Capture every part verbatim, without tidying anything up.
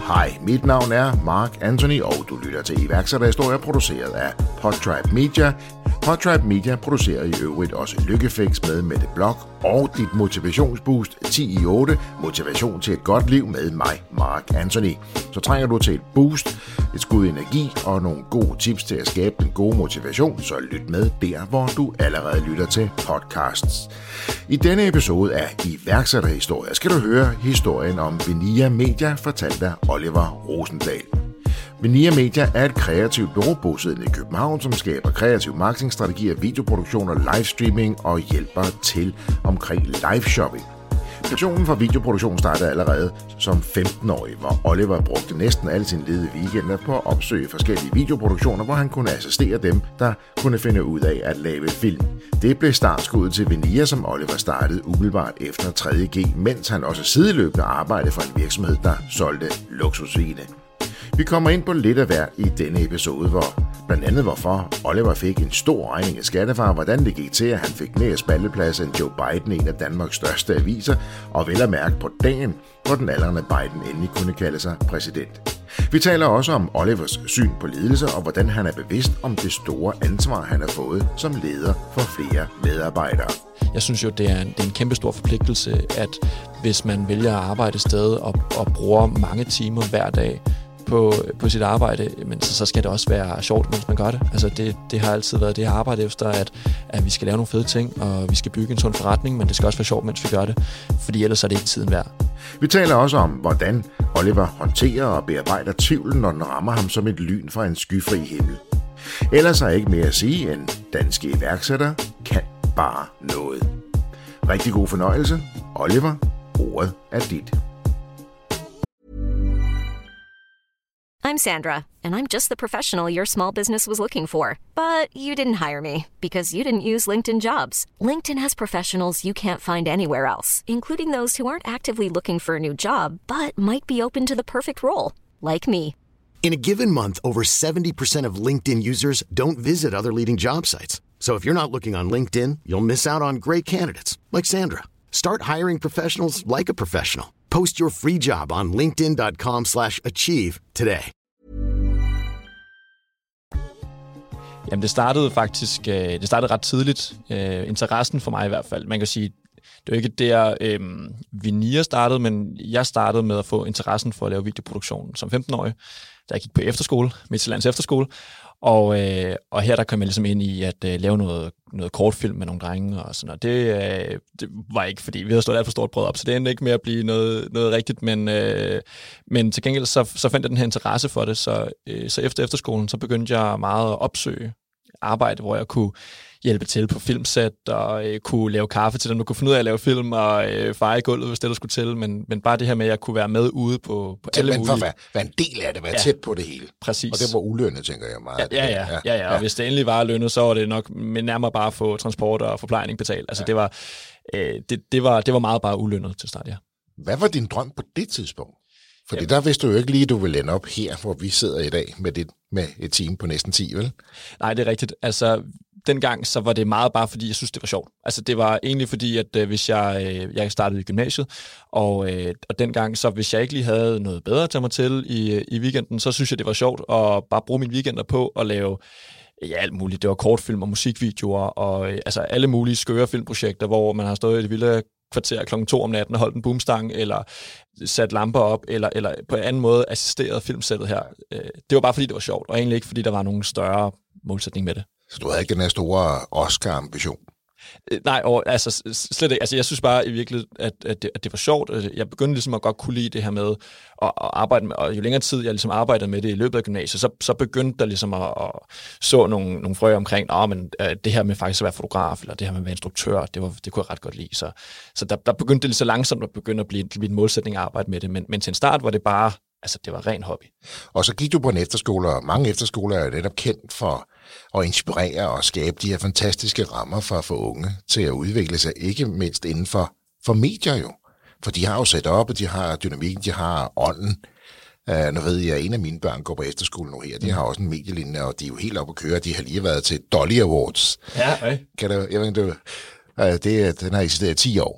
Hej, mit navn er Mark Anthony, og du lytter til iværksætterhistorier produceret af Podtribe Media. Podtribe Media producerer i øvrigt også Lykkefix med Mette Blok og dit motivationsboost ti i otte, motivation til et godt liv med mig, Mark Anthony. Så trænger du til et boost, et skud energi og nogle gode tips til at skabe den gode motivation, så lyt med der, hvor du allerede lytter til podcasts. I denne episode af iværksætterhistorier skal du høre historien om Venia Media, fortalt af Oliver Rosendahl. Venia Media er et kreativt bureau bosiddende i København, som skaber kreativ marketingstrategier, videoproduktioner, livestreaming og hjælper til omkring live-shopping. Passionen for videoproduktion startede allerede som femten-årig, hvor Oliver brugte næsten alle sine ledige weekender på at opsøge forskellige videoproduktioner, hvor han kunne assistere dem, der kunne finde ud af at lave film. Det blev startskuddet til Venia, som Oliver startede umiddelbart efter tredje G, mens han også sideløbende arbejdede for en virksomhed, der solgte luksusvine. Vi kommer ind på lidt af hver i denne episode, hvor blandt andet hvorfor Oliver fik en stor regning af skattefar, hvordan det gik til, at han fik mere spalteplads end Joe Biden, en af Danmarks største aviser, og vel at mærke på dagen, hvor den aldrende Biden endelig kunne kalde sig præsident. Vi taler også om Olivers syn på ledelse, og hvordan han er bevidst om det store ansvar, han har fået som leder for flere medarbejdere. Jeg synes jo, det er en, det er en kæmpe stor forpligtelse, at hvis man vælger at arbejde et sted og, og bruger mange timer hver dag, På, på sit arbejde, men så, så skal det også være sjovt, mens man gør det. Altså det, det har altid været det, jeg har arbejdet efter, at, at vi skal lave nogle fede ting, og vi skal bygge en sund forretning, men det skal også være sjovt, mens vi gør det, fordi ellers er det ikke tiden værd. Vi taler også om, hvordan Oliver håndterer og bearbejder tvivlen, når den rammer ham som et lyn fra en skyfri himmel. Ellers er ikke mere at sige, end danske iværksættere kan bare noget. Rigtig god fornøjelse. Oliver, ordet er dit. I'm Sandra, and I'm just the professional your small business was looking for. But you didn't hire me because you didn't use LinkedIn Jobs. LinkedIn has professionals you can't find anywhere else, including those who aren't actively looking for a new job, but might be open to the perfect role, like me. In a given month, over seventy percent of LinkedIn users don't visit other leading job sites. So if you're not looking on LinkedIn, you'll miss out on great candidates like Sandra. Start hiring professionals like a professional. Post your free job on linkedin dot com slash achieve today. Jamen det startede faktisk, det startede ret tidligt, uh, interessen for mig i hvert fald. Man kan sige, det er ikke der um, Venia startede, men jeg startede med at få interessen for at lave videoproduktion som femten-årig, da jeg gik på efterskole, Midtjyllands efterskole. Og, øh, og her der kom jeg ligesom ind i at øh, lave noget, noget kortfilm med nogle drenge og sådan noget. Det, øh, det var ikke, fordi vi havde stået alt for stort brød op, så det endte ikke med at blive noget, noget rigtigt, men, øh, men til gengæld så, så fandt jeg den her interesse for det, så, øh, så efter efterskolen, så begyndte jeg meget at opsøge arbejde, hvor jeg kunne hjælpe til på filmsæt og øh, kunne lave kaffe til dem, der kunne finde ud af at lave film og øh, feje i gulvet, hvis det der skulle til, men, men bare det her med, at jeg kunne være med ude på, på alle mulige... For at være en del af det, være ja, tæt på det hele. Præcis. Og det var ulønnet, tænker jeg meget. Ja, ja, ja, ja, ja, ja. Og hvis det endelig var lønnet, så var det nok nærmere bare at få transport og forplejning betalt. Altså ja. det, var, øh, det, det, var, det var meget bare ulønnet til start, ja. Hvad var din drøm på det tidspunkt? Fordi ja. der vidste du jo ikke lige, at du ville ende op her, hvor vi sidder i dag med, det, med et team på næsten ti, vel? Nej, det er rigtigt. Altså... Dengang så var det meget bare, fordi jeg synes, det var sjovt. Altså det var egentlig fordi, at øh, hvis jeg, øh, jeg startede i gymnasiet, og, øh, og dengang, så hvis jeg ikke lige havde noget bedre at tage mig til i, i weekenden, så synes jeg, det var sjovt at bare bruge mine weekender på at lave ja, alt muligt. Det var kortfilm og musikvideoer, og øh, altså alle mulige skøre filmprojekter, hvor man har stået i det vilde kvarter klokken to om natten og holdt en boomstang, eller sat lamper op, eller, eller på en anden måde assisteret filmsættet her. Øh, det var bare fordi, det var sjovt, og egentlig ikke fordi, der var nogen større målsætning med det. Så du havde ikke den her store Oscar-ambition? Nej, og, altså slet ikke. Altså, jeg synes bare i virkeligheden, at, at, det, at det var sjovt. Jeg begyndte ligesom at godt kunne lide det her med at, at arbejde med, og jo længere tid jeg ligesom arbejdede med det i løbet af gymnasiet, så, så begyndte der ligesom at, at så nogle, nogle frø omkring, åh, men det her med faktisk at være fotograf, eller det her med at være instruktør, det, var, det kunne jeg ret godt lide. Så, så der, der begyndte det lige så langsomt at begynde at blive, blive en målsætning at arbejde med det, men, men til en start var det bare, altså det var ren hobby. Og så gik du på en efterskole, og mange efterskoler er jo netop kendt for at inspirere og skabe de her fantastiske rammer for at få unge til at udvikle sig, ikke mindst inden for, for medier jo. For de har jo sat op, og de har dynamikken, de har ånden. Uh, nu ved jeg, at en af mine børn går på efterskole nu her. De har også en medielinje, og de er jo helt oppe at køre. De har lige været til Dolly Awards. Ja, okay. Kan du, jeg ved, du, uh, det, den har eksisteret i ti år.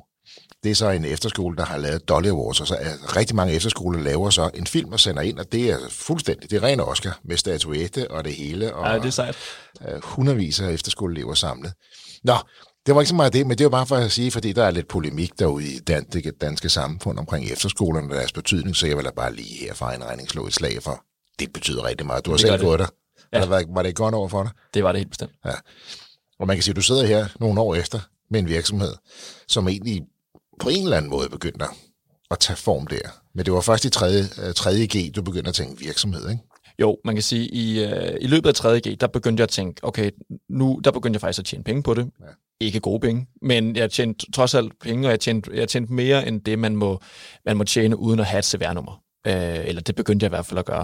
Det er så en efterskole, der har lavet Dolly Awards, og så er rigtig mange efterskoler laver så en film og sender ind, og det er fuldstændig, det er ren Oscar med statuette og det hele, og ja, det er sejt. hundredvis af efterskoleelever samlet. Nå, det var ikke så meget det, men det var bare for at sige, fordi der er lidt polemik derude i det danske samfund omkring efterskolerne og deres betydning, så jeg vil da bare lige her fra en regning slå et slag for. Det betyder rigtig meget. Du har det selv gået der. Ja. Var, var det godt over for dig? Det var det helt bestemt. Ja. Og man kan sige, at du sidder her nogle år efter med en virksomhed, som egentlig på en eller anden måde begyndte at tage form der. Men det var først i tredje G, du begyndte at tænke virksomhed, ikke? Jo, man kan sige, i, øh, i løbet af tredje G, der begyndte jeg at tænke, okay, nu der begyndte jeg faktisk at tjene penge på det. Ja. Ikke gode penge, men jeg tjente trods alt penge, og jeg tjente, jeg tjente mere end det, man må, man må tjene uden at have et C V R-nummer. Øh, eller det begyndte jeg i hvert fald at gøre.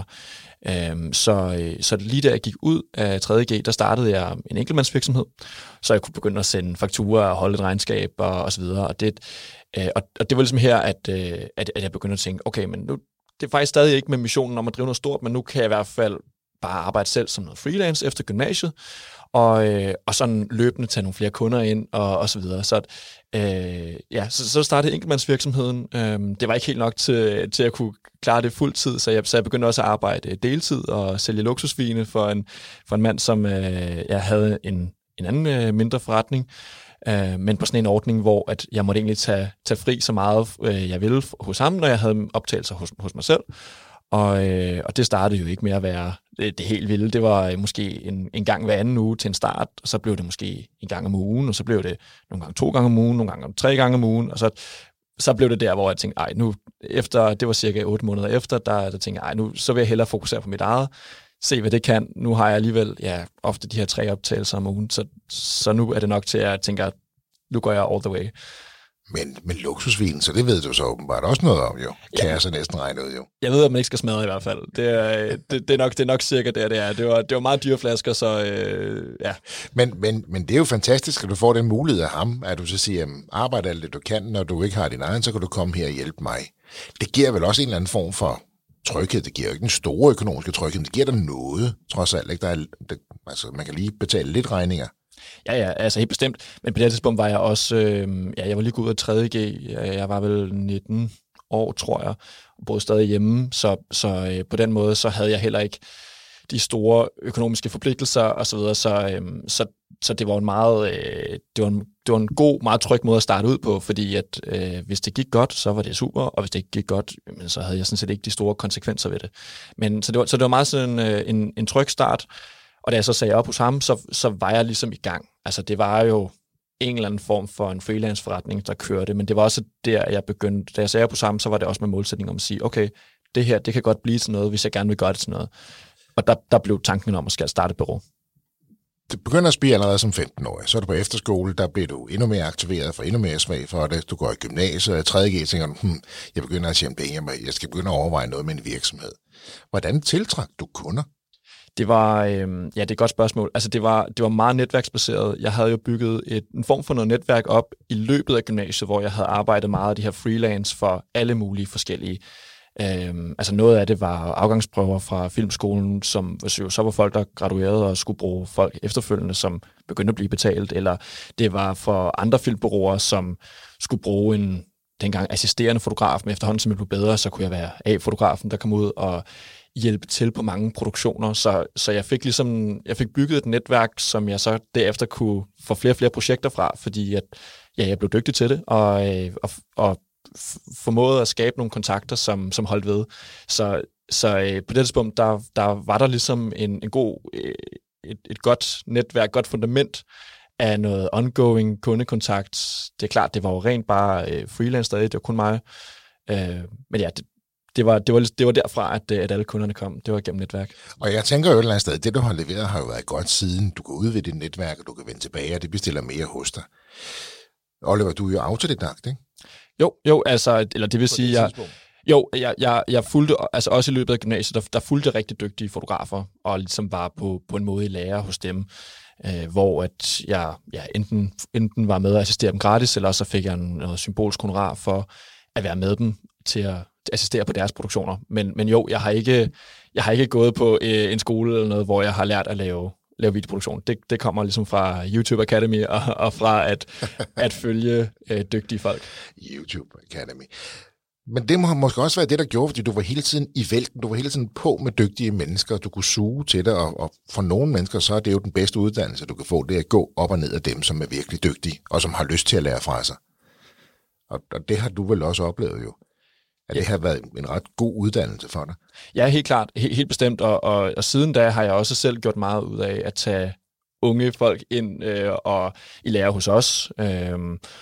Øh, så, så lige da jeg gik ud af tredje G, der startede jeg en enkeltmandsvirksomhed, så jeg kunne begynde at sende fakturer og holde et regnskab og, og så videre. Og det, øh, og, og det var ligesom her, at, øh, at, at jeg begyndte at tænke, okay, men nu det er faktisk stadig ikke med missionen om at drive noget stort, men nu kan jeg i hvert fald bare arbejde selv som noget freelance efter gymnasiet, og, øh, og sådan løbende tage nogle flere kunder ind, og, og så videre. Så, øh, ja, så, så startede enkeltmandsvirksomheden. Øh, det var ikke helt nok til, til at kunne klare det fuldtid, så jeg, så jeg begyndte også at arbejde deltid og sælge luksusvine for en, for en mand, som øh, jeg havde en, en anden øh, mindre forretning. Uh, men på sådan en ordning, hvor at jeg måtte egentlig tage, tage fri så meget, uh, jeg ville hos ham, når jeg havde optagelser hos, hos mig selv. Og, uh, og det startede jo ikke med at være det, det helt vilde. Det var uh, måske en, en gang hver anden uge til en start, og så blev det måske en gang om ugen, og så blev det nogle gange to gange om ugen, nogle gange tre gange om ugen, og så, så blev det der, hvor jeg tænkte, ej, nu efter, det var cirka otte måneder efter, der, der tænkte jeg, ej, nu så vil jeg hellere fokusere på mit eget, se hvad det kan. Nu har jeg alligevel, ja, ofte de her tre optagelser om ugen, så, så nu er det nok til, at jeg tænker, at nu går jeg all the way. Men, men luksusvin, så det ved du så åbenbart også noget om, jo. Kan ja. Jeg så næsten regne ud, jo. Jeg ved, at man ikke skal smadre i hvert fald. Det er, det, det er, nok, det er nok cirka der, det er. Det var, det var meget dyre flasker, så øh, ja. Men, men, men det er jo fantastisk, at du får den mulighed af ham, at du så siger, jamen, arbejde alt det, du kan, når du ikke har din egen, så kan du komme her og hjælpe mig. Det giver vel også en eller anden form for tryghed. Det giver jo ikke den store økonomiske tryghed, men det giver dig noget, trods alt. Ikke? Der er, det, altså, man kan lige betale lidt regninger. Ja, ja, altså helt bestemt. Men på det tidspunkt var jeg også, øh, ja, jeg var lige gået ud af tredje G. Jeg var vel nitten år, tror jeg, og boede stadig hjemme. Så, så øh, på den måde, så havde jeg heller ikke de store økonomiske forpligtelser og så videre. Så, øh, så, så det var en meget, øh, det var en, det var en god, meget tryg måde at starte ud på, fordi at øh, hvis det gik godt, så var det super, og hvis det ikke gik godt, jamen, så havde jeg sådan set ikke de store konsekvenser ved det. Men så det var, så det var meget sådan øh, en, en tryg start. Og da jeg så sagde op hos ham, så, så var jeg ligesom i gang. Altså det var jo en eller anden form for en freelance-forretning, der kørte, men det var også der, jeg begyndte. Da jeg sagde op hos ham, så var det også med målsætning om at sige, okay, det her, det kan godt blive til noget, hvis jeg gerne vil gøre det til noget. Og der, der blev tanken om at skal starte et bureau. Det begynder at spille allerede som femten-årig. Så er du på efterskole, der bliver du endnu mere aktiveret, for endnu mere smag for det. Du går i gymnasiet, og i tredje G tænker du, hm, jeg begynder at tjene penge, jeg skal begynde at overveje noget med en virksomhed. Hvordan tiltrak du kunder? Det var, øh, ja, det er et godt spørgsmål. Altså, det var, det var meget netværksbaseret. Jeg havde jo bygget et, en form for noget netværk op i løbet af gymnasiet, hvor jeg havde arbejdet meget af de her freelance for alle mulige forskellige. Øh, altså, noget af det var afgangsprøver fra filmskolen, som så var folk, der graduerede og skulle bruge folk efterfølgende, som begyndte at blive betalt, eller det var for andre filmbureauer, som skulle bruge en dengang assisterende fotograf, men efterhånden som jeg blev bedre, så kunne jeg være A-fotografen, der kom ud og hjælpe til på mange produktioner, så, så jeg fik ligesom, jeg fik bygget et netværk, som jeg så derefter kunne få flere og flere projekter fra, fordi at, ja, jeg blev dygtig til det, og, og, og formåede at skabe nogle kontakter, som, som holdt ved. Så, så på det tidspunkt, der, der var der ligesom en, en god, et, et godt netværk, godt fundament af noget ongoing kundekontakt. Det er klart, det var jo rent bare freelance stadig, det var kun mig. Men ja, det, Det var, det, var, det var derfra, at, at alle kunderne kom. Det var gennem netværk. Og jeg tænker jo et eller andet sted, det du har leveret har jo været godt siden. Du går ud ved dit netværk, og du kan vende tilbage, og det bestiller mere hos dig. Oliver, du er jo autodidakt, ikke? Jo, jo, altså, eller det vil På sige, jeg, jo, jeg, jeg, jeg fulgte, altså også i løbet af gymnasiet, der, der fulgte rigtig dygtige fotografer, og ligesom var på, på en måde i lære hos dem, øh, hvor at jeg ja, enten, enten var med at assistere dem gratis, eller så fik jeg noget symbolsk honorar for at være med dem til at assistere på deres produktioner. Men, men jo, jeg har ikke, jeg har ikke gået på øh, en skole eller noget, hvor jeg har lært at lave lave videoproduktion. Det, det kommer ligesom fra YouTube Academy og, og fra at, at følge øh, dygtige folk. YouTube Academy. Men det må måske også være det, der gjorde, fordi du var hele tiden i vælten, du var hele tiden på med dygtige mennesker, du kunne suge til dig, og, og for nogle mennesker, så er det jo den bedste uddannelse, du kan få, det er at gå op og ned af dem, som er virkelig dygtige, og som har lyst til at lære fra sig. Og, og det har du vel også oplevet jo, at ja. Det har været en ret god uddannelse for dig. Ja, helt klart, helt, helt bestemt, og, og, og siden da har jeg også selv gjort meget ud af at tage unge folk ind øh, og i lære hos os, øh,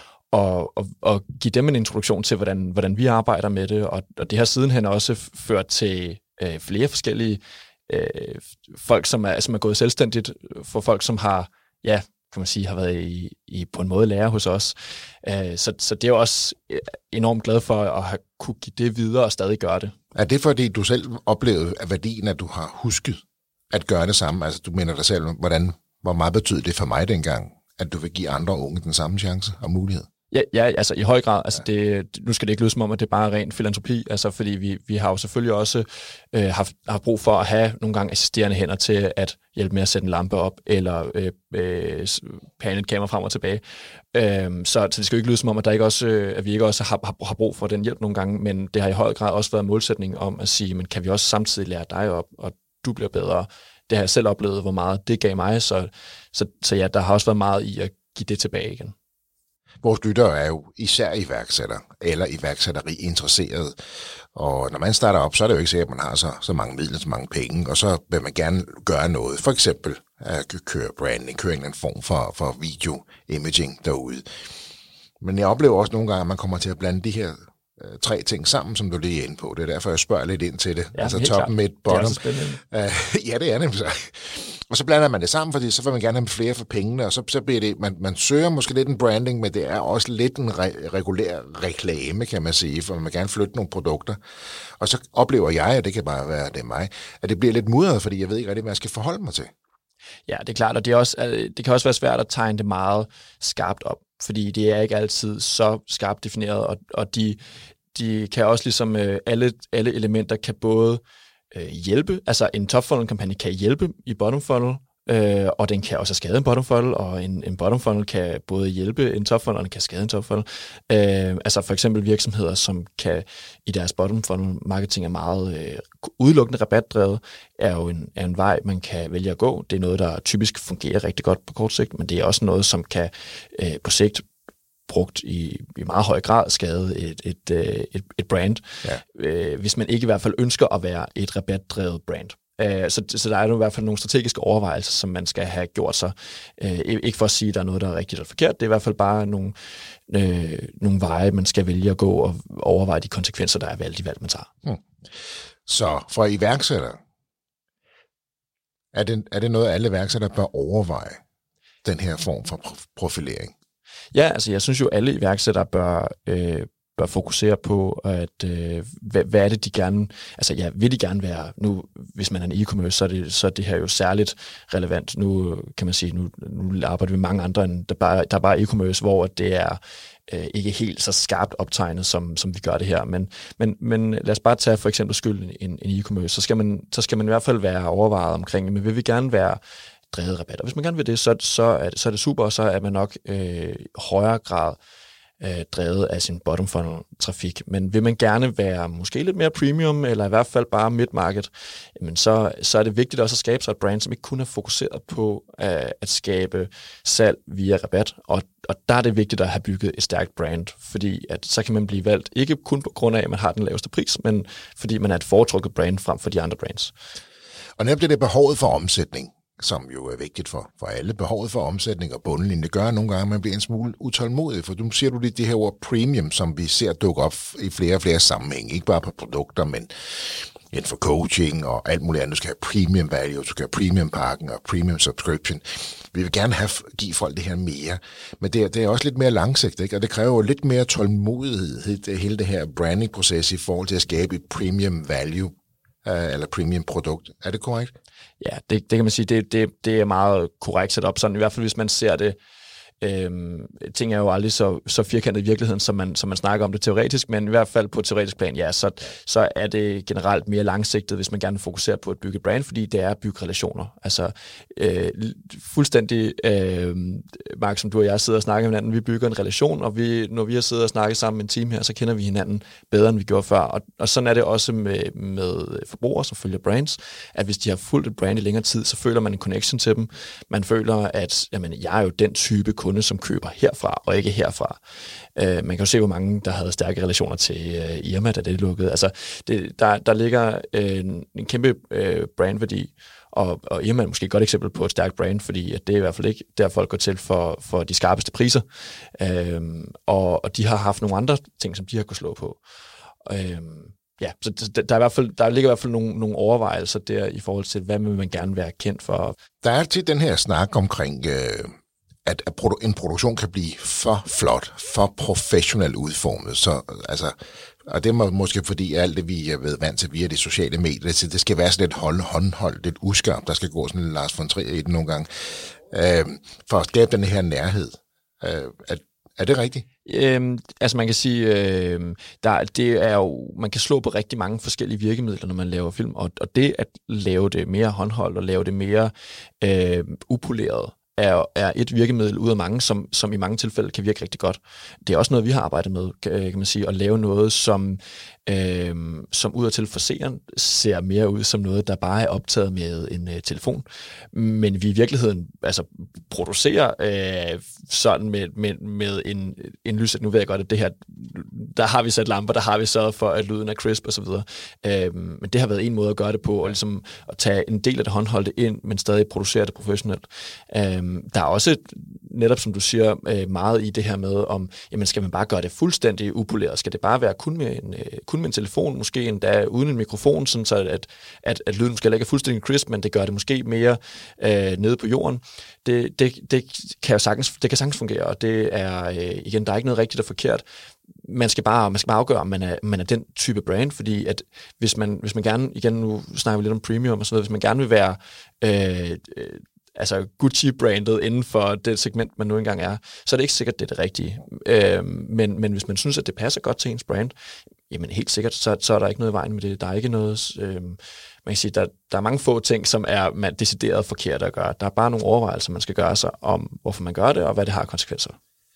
Og, og, og give dem en introduktion til, hvordan, hvordan vi arbejder med det. Og, og det har sidenhen også ført til øh, flere forskellige øh, folk, som er, som er gået selvstændigt, for folk, som har, ja, kan man sige, har været i, i på en måde lærer hos os. Øh, så, så det er jo også enormt glad for at have kunne give det videre og stadig gøre det. Er det fordi, du selv oplevede af værdien, at du har husket at gøre det samme? Altså, du mener dig selv, hvordan, hvor meget betød det for mig dengang, at du vil give andre unge den samme chance og mulighed? Ja, ja, altså i høj grad. Altså det, nu skal det ikke lyde som om, at det er bare ren filantropi, altså fordi vi, vi har jo selvfølgelig også øh, haft, haft brug for at have nogle gange assisterende hænder til at hjælpe med at sætte en lampe op, eller øh, øh, pane et kamera frem og tilbage. Øh, så, så det skal jo ikke lyde som om, at, der ikke også, øh, at vi ikke også har, har, har brug for den hjælp nogle gange, men det har i høj grad også været målsætning om at sige, men kan vi også samtidig lære dig op, og du bliver bedre. Det har jeg selv oplevet, hvor meget det gav mig, så, så, så ja, der har også været meget i at give det tilbage igen. Vores lyttere er jo især iværksætter eller iværksætteri interesseret, og når man starter op, så er det jo ikke sikkert, at man har så, så mange midler, så mange penge, og så vil man gerne gøre noget, for eksempel at køre branding, køre en eller anden form for, for video-imaging derude. Men jeg oplever også nogle gange, at man kommer til at blande de her øh, tre ting sammen, som du lige er inde på. Det er derfor, jeg spørger lidt ind til det. Ja, altså toppen, midt, bottom. Det er uh, ja, det er nemlig så. Og så blander man det sammen, fordi så vil man gerne have flere for pengene, og så, så bliver det, man, man søger måske lidt en branding, men det er også lidt en re- regulær reklame, kan man sige, for man vil gerne flytte nogle produkter. Og så oplever jeg, og det kan bare være det mig, at det bliver lidt mudret, fordi jeg ved ikke rigtig, hvad jeg skal forholde mig til. Ja, det er klart, og det, er også, det kan også være svært at tegne det meget skarpt op, fordi det er ikke altid så skarpt defineret, og, og de, de kan også ligesom, alle, alle elementer kan både hjælpe, altså en top funnel kampagne kan hjælpe i bottom funnel, øh, og den kan også skade en bottom funnel, og en, en bottom funnel kan både hjælpe en top funnel, og den kan skade en top funnel. Øh, altså for eksempel virksomheder, som kan i deres bottom funnel marketing er meget øh, udelukkende rabatdrevet, er jo en, er en vej, man kan vælge at gå. Det er noget, der typisk fungerer rigtig godt på kort sigt, men det er også noget, som kan øh, på sigt brugt i, i meget høj grad skade et, et, et, et brand, ja. øh, hvis man ikke i hvert fald ønsker at være et rabatdrevet brand. Øh, så, så der er jo i hvert fald nogle strategiske overvejelser, som man skal have gjort sig. Øh, ikke for at sige, at der er noget, der er rigtigt eller forkert, det er i hvert fald bare nogle, øh, nogle veje, man skal vælge at gå og overveje de konsekvenser, der er ved alle de valg, man tager. Hmm. Så for iværksættere, er det, er det noget, alle iværksættere bør overveje, den her form for profilering? Ja, altså jeg synes jo, alle iværksættere bør, øh, bør fokusere på, at øh, hvad, hvad er det, de gerne... Altså ja, vil de gerne være... Nu, hvis man er en e-commerce, så er, det, så er det her jo særligt relevant. Nu kan man sige, nu, nu arbejder vi med mange andre, end der bare, der er bare e-commerce, hvor det er øh, ikke helt så skarpt optegnet, som, som vi gør det her. Men, men, men lad os bare tage for eksempel skyld en, en e-commerce. Så skal, man, så skal man i hvert fald være overvejet omkring, men vil vi gerne være drevet rabat. Og hvis man gerne vil det, så, så, er, det, så er det super, og så er man nok øh, højere grad øh, drevet af sin bottom funnel trafik. Men vil man gerne være måske lidt mere premium, eller i hvert fald bare mid-market, jamen så, så er det vigtigt også at skabe sig et brand, som ikke kun er fokuseret på øh, at skabe salg via rabat. Og, og der er det vigtigt at have bygget et stærkt brand, fordi at så kan man blive valgt, ikke kun på grund af, at man har den laveste pris, men fordi man er et foretrukket brand frem for de andre brands. Og netop det er behovet for omsætning, som jo er vigtigt for, for alle. Behovet for omsætning og bundlinje, det gør nogle gange, at man bliver en smule utålmodig, for nu siger du lige det her ord premium, som vi ser dukke op i flere og flere sammenhænge, ikke bare på produkter, men inden for coaching og alt muligt andet. Du skal have premium value, du skal have premium pakken og premium subscription. Vi vil gerne have, give folk det her mere, men det er, det er også lidt mere langsigtet, ikke? Og det kræver jo lidt mere tålmodighed, det, hele det her branding-proces i forhold til at skabe et premium value eller premium produkt. Er det korrekt? Ja, det, det kan man sige, det, det, det er meget korrekt sat op, sådan i hvert fald hvis man ser det Øhm, ting er jo aldrig så, så firkantet i virkeligheden, som man, som man snakker om det teoretisk, men i hvert fald på teoretisk plan, ja, så, så er det generelt mere langsigtet, hvis man gerne vil fokusere på at bygge brand, fordi det er at bygge relationer. Altså øh, fuldstændig, øh, Mark, som du og jeg sidder og snakker med hinanden, vi bygger en relation, og vi, når vi har siddet og snakket sammen med en team her, så kender vi hinanden bedre, end vi gjorde før. Og, og sådan er det også med, med forbrugere, som følger brands, at hvis de har fulgt et brand i længere tid, så føler man en connection til dem. Man føler, at jamen, jeg er jo den type kunde, som køber herfra, og ikke herfra. Uh, man kan jo se, hvor mange, der havde stærke relationer til uh, Irma, da det lukkede. Altså, det, der, der ligger uh, en, en kæmpe uh, brandværdi, og, og Irma er måske et godt eksempel på et stærkt brand, fordi at det er i hvert fald ikke der, folk går til for, for de skarpeste priser. Uh, og, og de har haft nogle andre ting, som de har kunnet slå på. Uh, Ja, så der, er i hvert fald, der ligger i hvert fald nogle, nogle overvejelser der i forhold til, hvad vil man gerne være kendt for. Der er til den her snak omkring, øh, at, at produ- en produktion kan blive for flot, for professionelt udformet. Så, altså, og det er måske fordi alt det, vi er ved vant til via de sociale medier, det, det skal være sådan lidt hånd, håndholdt, lidt uskarpt. Der skal gå sådan en Lars von Trier i den nogle gange, øh, for at skabe den her nærhed. Øh, at, er det rigtigt? Øhm, altså man kan sige, øh, der, det er jo, man kan slå på rigtig mange forskellige virkemidler, når man laver film, og, og det at lave det mere håndholdt og lave det mere øh, upoleret, er, er et virkemiddel ud af mange, som, som i mange tilfælde kan virke rigtig godt. Det er også noget, vi har arbejdet med, kan, kan man sige, at lave noget, som, øh, som udadtil for seeren ser mere ud som noget, der bare er optaget med en øh, telefon. Men vi i virkeligheden altså, producerer øh, sådan med, med, med en, en lys, nu ved jeg godt, at det her, der har vi sat lamper, der har vi sørget for, at lyden er crisp og så videre. Øh, men det har været en måde at gøre det på, og ligesom at tage en del af det håndholdte ind, men stadig producere det professionelt. Øh, Der er også, netop som du siger, meget i det her med, om jamen skal man bare gøre det fuldstændig upoleret? Skal det bare være kun med en, kun med en telefon, måske endda uden en mikrofon, sådan så at, at, at lyden måske ikke er fuldstændig crisp, men det gør det måske mere øh, nede på jorden? Det, det, det, kan jo sagtens, det kan sagtens fungere, og det er, øh, igen, der er ikke noget rigtigt og forkert. Man skal bare, man skal bare afgøre, om man er, man er den type brand, fordi at hvis man, hvis man gerne, igen nu snakker vi lidt om premium og sådan noget, hvis man gerne vil være øh, øh, altså Gucci-brandet inden for det segment, man nu engang er, så er det ikke sikkert, det er det rigtige. Øh, men, men hvis man synes, at det passer godt til ens brand, jamen helt sikkert, så, så er der ikke noget i vejen med det. Der er ikke noget, øh, man kan sige, der, der er mange få ting, som er man decideret forkert at gøre. Der er bare nogle overvejelser, man skal gøre sig om, hvorfor man gør det, og hvad det har konsekvenser.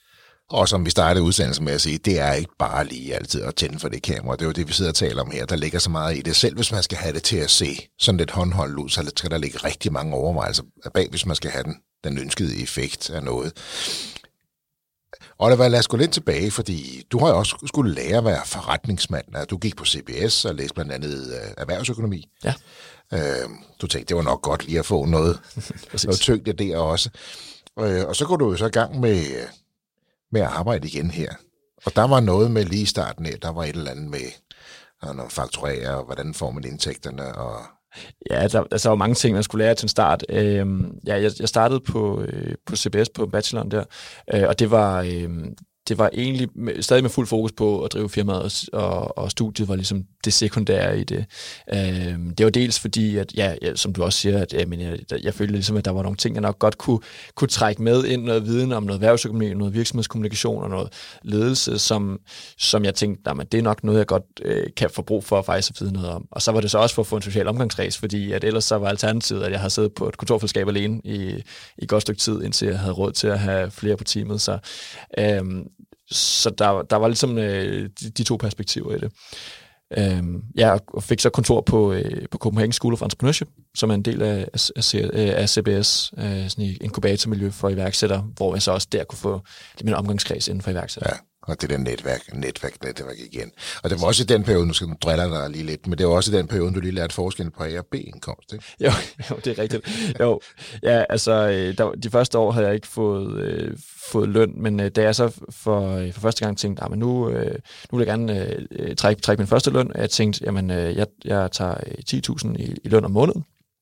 Og som vi startede udsendelsen med at sige, det er ikke bare lige altid at tænde for det kamera. Det er jo det, vi sidder og taler om her. Der ligger så meget i det. Selv hvis man skal have det til at se sådan lidt håndholdt ud, så skal der ligge rigtig mange overvejelser bag, hvis man skal have den, den ønskede effekt af noget. Og lad os gå lidt tilbage, fordi du har jo også skulle lære at være forretningsmand. Du gik på C B S og læste blandt andet erhvervsøkonomi. Ja. Du tænkte, det var nok godt lige at få noget, noget tyngde der også. Og så går du jo så i gang med... med at arbejde igen her. Og der var noget med lige i starten af, der var et eller andet med at fakturere, og hvordan får man indtægterne. Og ja, der, der var mange ting, man skulle lære til en start. Øhm, ja, jeg, jeg startede på, øh, på C B S på bacheloren der, øh, og det var... Øh, Det var egentlig med, stadig med fuld fokus på at drive firmaet, og, og studiet var ligesom det sekundære i det. Øhm, det var dels fordi, at ja, ja, som du også siger, at jamen, jeg, jeg følte ligesom, at der var nogle ting, jeg nok godt kunne, kunne trække med ind, noget viden om noget erhvervsøkonomi, noget virksomhedskommunikation og noget ledelse, som, som jeg tænkte, at det er nok noget, jeg godt øh, kan få brug for at faktisk at vide noget om. Og så var det så også for at få en social omgangskreds, fordi at ellers så var alternativet, at jeg havde siddet på et kontorfællesskab alene i, i et godt stykke tid, indtil jeg havde råd til at have flere på teamet. Så øhm, Så der, der var ligesom øh, de, de to perspektiver i det. Øhm, jeg fik så kontor på, øh, på Copenhagen School of Entrepreneurship, som er en del af, af, af C B S, øh, sådan et inkubatormiljø for iværksættere, hvor jeg så også der kunne få lidt mere omgangskreds inden for iværksættere. Ja, og det der netværk, netværk, netværk igen. Og det var også i den periode, nu skal du drille dig lige lidt, men det var også i den periode, du lige lærte forskellen på A- og B-indkomst, ikke? Jo, jo, det er rigtigt. Jo, ja, altså, der, de første år havde jeg ikke fået, øh, fået løn, men øh, da jeg så for, for første gang tænkte, ah, men nu, øh, nu vil jeg gerne øh, trække, trække min første løn, og jeg tænkte, jamen, øh, jeg, jeg tager ti tusind i, i løn om måneden,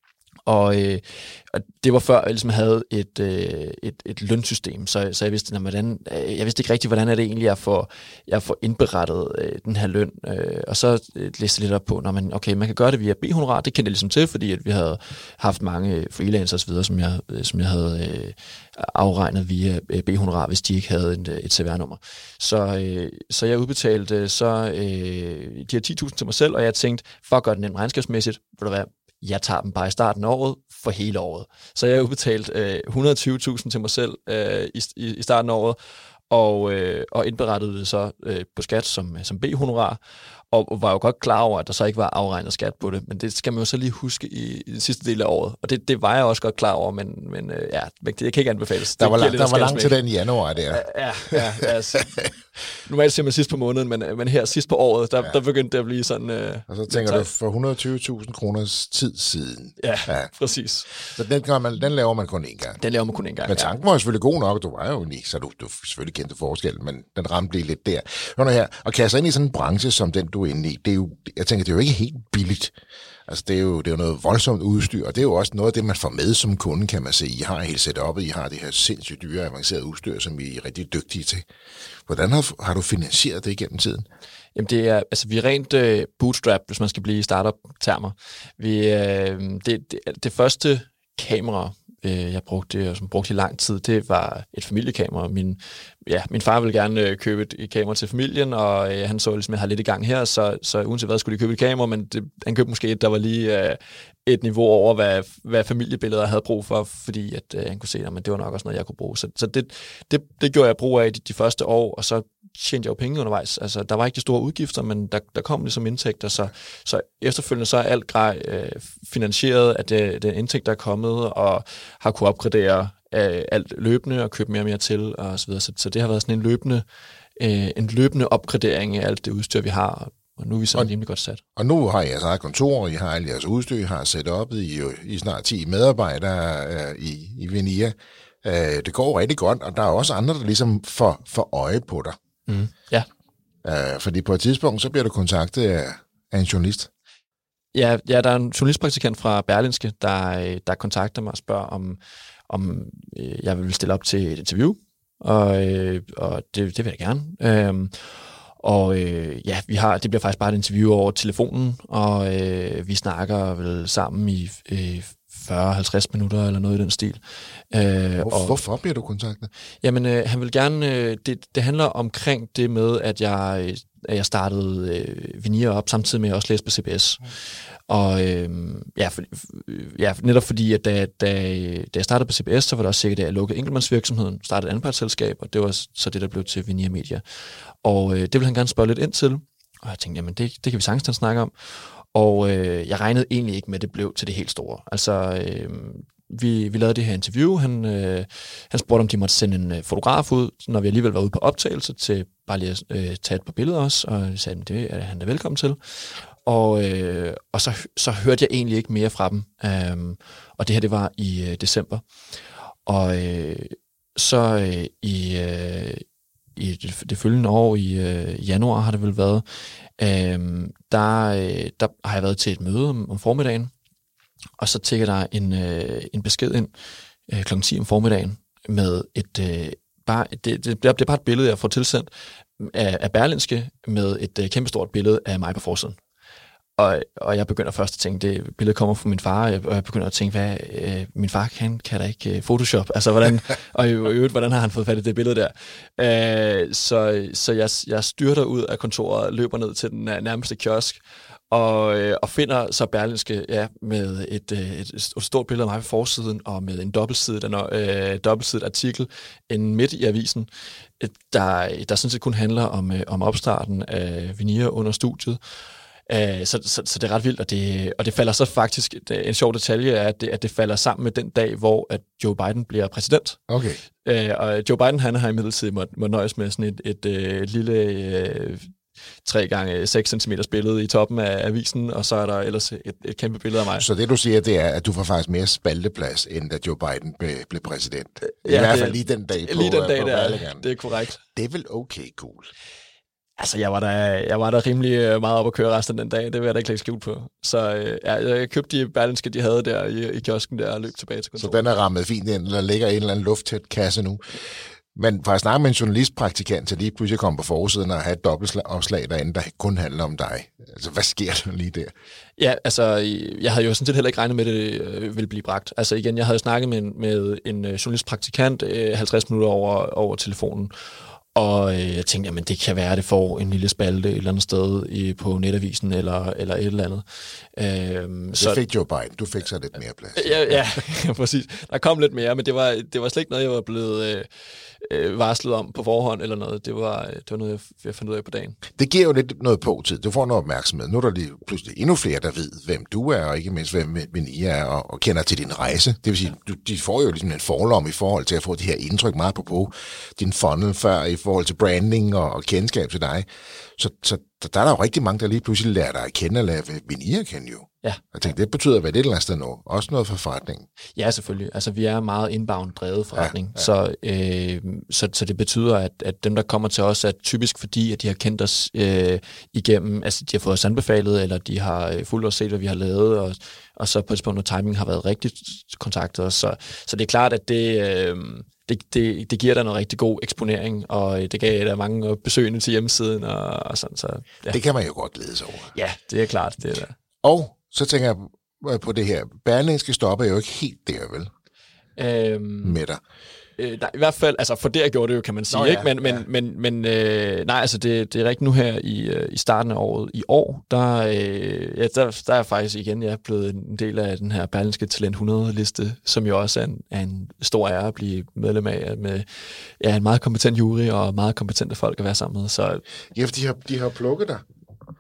Og, øh, og det var før, jeg ligesom havde et, øh, et, et lønsystem, så, så jeg vidste, når, hvordan, jeg vidste ikke rigtigt, hvordan er det egentlig, jeg får, jeg får indberettet øh, den her løn. Øh, og så øh, læste jeg lidt op på, når man, okay, man kan gøre det via B-honorar. Det kendte jeg ligesom til, fordi at vi havde haft mange freelancers og så videre, som jeg, som jeg havde øh, afregnet via B-honorar, hvis de ikke havde et, et C V R-nummer. Så, øh, så jeg udbetalte så øh, de her ti tusind til mig selv, og jeg tænkte, for at gøre det nemt regnskabsmæssigt, vil du være, jeg tager dem bare i starten af året for hele året. Så jeg udbetalt øh, et hundrede og tyve tusind til mig selv øh, i, i starten af året, og, øh, og indberettede det så øh, på skat som, som B-honorar, og var jo godt klar over, at der så ikke var afregnet skat på det, men det skal man jo så lige huske i, i den sidste del af året, og det, det var jeg også godt klar over, men, men øh, ja, det kan ikke anbefales. Der var, lang, der var langt til den januar der. Ja, ja, altså, normalt siger man sidst på måneden, men, men her sidst på året, der, ja. der begyndte det at blive sådan... Øh, og så tænker du, for et hundrede og tyve tusind kroners tid siden. Ja, ja. Præcis. Så den, kan man, den laver man kun én gang. Den laver man kun én gang, Men tanken var jo selvfølgelig god nok, du var jo unik, så du, du selvfølgelig kendte forskel, men den ramte lige lidt der. Hør nu her, og kaste ind i sådan en branche som den, du er inde i, det er jo, jeg tænker, det er jo ikke helt billigt. Altså, det er jo, det er jo noget voldsomt udstyr, og det er jo også noget af det, man får med som kunde, kan man se. I har helt setup'et, I har det her sindssygt dyre, avancerede udstyr, som I er rigtig dygtige til. Hvordan har, har du finansieret det igennem tiden? Jamen, det er, altså, vi er rent uh, bootstrap, hvis man skal blive i startup-termer. Vi, uh, det, det, det første kamera, jeg brugte, og som brugte i lang tid, det var et familiekamera. Min, ja, min far ville gerne øh, købe et, et kamera til familien, og øh, han så ligesom, at jeg har lidt i gang her, så, så uanset hvad, skulle de købe et kamera, men det, han købte måske et, der var lige øh, et niveau over, hvad, hvad familiebilleder havde brug for, fordi at, øh, han kunne se, at det var nok også noget, jeg kunne bruge. Så, så det, det, det gjorde jeg brug af de, de første år, og så tjente jeg jo penge undervejs. Altså, der var ikke de store udgifter, men der, der kom ligesom indtægter, så, så efterfølgende så er alt grej øh, finansieret af det, den indtægt, der er kommet, og har kunne opgradere øh, alt løbende og købe mere og mere til, og så videre. Så, så det har været sådan en løbende, øh, en løbende opgradering af alt det udstyr, vi har, og nu er vi sådan rimelig godt sat. Og nu har I jeres eget kontor, I har alle jeres udstyr, I har setup'et, I er I snart ti medarbejdere øh, i, i Venia. Øh, det går rigtig godt, og der er også andre, der ligesom får, får øje på dig. Mm. Ja. Uh, fordi på et tidspunkt, så bliver du kontaktet af, af en journalist. Ja, ja, der er en journalistpraktikant fra Berlingske, der, der kontakter mig og spørger, om, om øh, jeg vil stille op til et interview, og, øh, og det, det vil jeg gerne. Øhm, og øh, ja, vi har, det bliver faktisk bare et interview over telefonen, og øh, vi snakker vel sammen i øh, fyrre til halvtreds minutter eller noget i den stil. Øh, Hvor, og, hvorfor bliver du kontaktet? Jamen, øh, han vil gerne... Øh, det, det handler omkring det med, at jeg, at jeg startede øh, Venia op, samtidig med at også læse på C B S. Mm. Og øh, ja, for, ja, netop fordi, at da, da, da jeg startede på C B S, så var det også sikkert, at jeg lukkede enkeltmandsvirksomheden, startede et anpartsselskab, og det var så det, der blev til Venia Media. Og øh, det vil han gerne spørge lidt ind til. Og jeg tænkte, jamen, det, det kan vi sagtens snakke om. Og øh, jeg regnede egentlig ikke med, at det blev til det helt store. Altså, øh, vi, vi lavede det her interview. Han, øh, han spurgte, om de måtte sende en øh, fotograf ud, når vi alligevel var ude på optagelse, til bare lige at øh, tage et par billeder også. Og jeg sagde, det er han da velkommen til. Og, øh, og så, så hørte jeg egentlig ikke mere fra dem. Um, og det her, det var i øh, december. Og øh, så øh, i, øh, i det, det følgende år, i øh, januar har det vel været, Øhm, der, øh, der har jeg været til et møde om, om formiddagen, og så tækker der en, øh, en besked ind øh, klokken ti om formiddagen med et, øh, bare, det, det, det er bare et billede, jeg får tilsendt af, af Berlingske med et øh, kæmpestort billede af mig på forsiden. Og, og jeg begynder først at tænke, det billede kommer fra min far, og jeg begynder at tænke, hvad, øh, min far kan, kan da ikke øh, Photoshop, altså hvordan, og i øvrigt, hvordan har han fået fat i det billede der? Øh, så så jeg, jeg styrter ud af kontoret, løber ned til den nærmeste kiosk, og, øh, og finder så Berlingske ja, med et, et, et stort billede af mig på forsiden, og med en dobbeltsidet, øh, dobbeltsidet artikel en midt i avisen, der, der sådan set kun handler om, øh, om opstarten af Venia under studiet. Uh, så, så, så det er ret vildt, og det, og det falder så faktisk, det, en sjov detalje er, at det, at det falder sammen med den dag, hvor at Joe Biden bliver præsident. Okay. Uh, og Joe Biden, han har imidlertid må, må nøjes med sådan et, et, et, et lille uh, tre gange seks centimeter billede i toppen af avisen, og så er der ellers et, et kæmpe billede af mig. Så det du siger, det er, at du får faktisk mere spalteplads, end da Joe Biden blev, blev præsident. I ja, hvert det, fald lige den dag på Lige den dag, på der, det er korrekt. Det er vel okay cool. Altså, jeg var da, jeg var da rimelig meget op at køre resten af den dag. Det vil jeg da ikke lægge skjult på. Så øh, ja, jeg købte de Berlingske, de havde der i, i kiosken der, og løb tilbage til kontoret. Så den er rammet fint ind, eller ligger en eller anden lufttæt kasse nu. Men for at snakke med en journalistpraktikant, så lige pludselig komme på forsiden og have et dobbeltopslag derinde, der kun handler om dig. Altså, hvad sker der lige der? Ja, altså, jeg havde jo sådan set heller ikke regnet med, at det øh, ville blive bragt. Altså igen, jeg havde snakket med en, med en journalistpraktikant øh, halvtreds minutter over, over telefonen, og øh, jeg tænkte, jamen det kan være, at det får en lille spalte et eller andet sted i, på netavisen eller, eller et eller andet. Øhm, det så, fik Joe Biden. Du fik så lidt mere plads. Ja, ja, præcis. Der kom lidt mere, men det var, det var slet ikke noget, jeg var blevet øh, øh, varslet om på forhånd eller noget. Det var, det var noget, jeg, jeg fandt ud af på dagen. Det giver jo lidt noget på tid. Du får noget opmærksomhed. Nu er der lige pludselig endnu flere, der ved, hvem du er, og ikke mindst, hvem Venia er, og, og kender til din rejse. Det vil sige, du, de får jo ligesom en forlom i forhold til at få det her indtryk meget på på din funnel før i forhold til branding og, og kendskab til dig. Så, så der er der jo rigtig mange, der lige pludselig lærer dig at kende, eller Venia kende jo. Ja. Jeg tænkte, det betyder vel et eller andet sted nu. Også noget for forretningen. Ja, selvfølgelig. Altså, vi er meget inbound-drevet forretning. Ja, ja. Så, øh, så, så det betyder, at, at dem, der kommer til os, er typisk fordi, at de har kendt os øh, igennem, altså de har fået os anbefalet, eller de har fulgt os set, hvad vi har lavet, og, og så på et tidspunkt, når timing har været rigtigt, kontaktet os. Så, så det er klart, at det... Øh, Det, det, det giver dig noget rigtig god eksponering, og det gav der mange besøgende til hjemmesiden og, og sådan. Så, ja. Det kan man jo godt glæde sig over. Ja, det er klart. Det er der. Og så tænker jeg på det her. Berlingske stopper jo ikke helt der, vel? Øhm, med dig. Øh, nej, i hvert fald, altså for det jeg gjorde det jo, kan man sige, Nå, ja, ikke? Men, men, ja. men, men øh, nej, altså det, det er rigtigt nu her i, øh, i starten af året i år, der, øh, ja, der, der er faktisk igen, jeg er blevet en del af den her Berlingske Talent hundrede-liste, som jo også er en, er en stor ære at blive medlem af, med ja, en meget kompetent jury og meget kompetente folk at være sammen med. Så, ja, for de har, de har plukket dig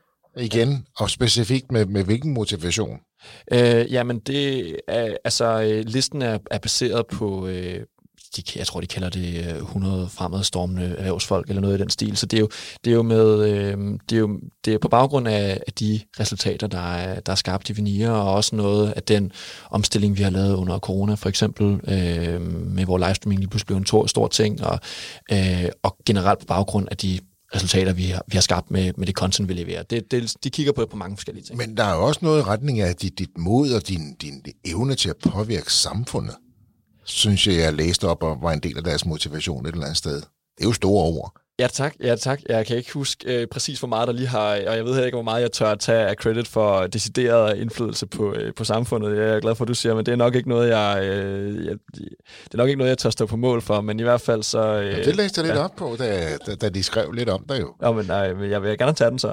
igen, og specifikt med, med hvilken motivation? Øh, jamen, det er, altså, listen er, er baseret på... Øh, De, jeg tror, de kalder det hundrede fremadstormende erhvervsfolk, eller noget i den stil. Så det er jo, det er jo, med, øh, det er jo det er på baggrund af, af de resultater, der er, der er skabt i Venia, og også noget af den omstilling, vi har lavet under corona, for eksempel, øh, med hvor livestreaming lige pludselig blev en stor, stor ting, og, øh, og generelt på baggrund af de resultater, vi har, vi har skabt med, med det content, vi leverer. Det, det, de kigger på, på mange forskellige ting. Men der er jo også noget i retning af dit, dit mod og din, din evne til at påvirke samfundet, synes jeg, jeg læste op og var en del af deres motivation et eller andet sted. Det er jo store ord. Ja tak, ja tak. Jeg kan ikke huske øh, præcis, hvor meget der lige har, og jeg ved heller ikke, hvor meget jeg tør at tage af credit for decideret indflydelse på, øh, på samfundet. Jeg er glad for, at du siger, men det er nok ikke noget, jeg, øh, jeg det er nok ikke noget, jeg tør stå på mål for, men i hvert fald så... Øh, ja, det læste jeg lidt ja. op på, da, da, da de skrev lidt om dig jo. Ja, men nej, men jeg vil gerne tage den så.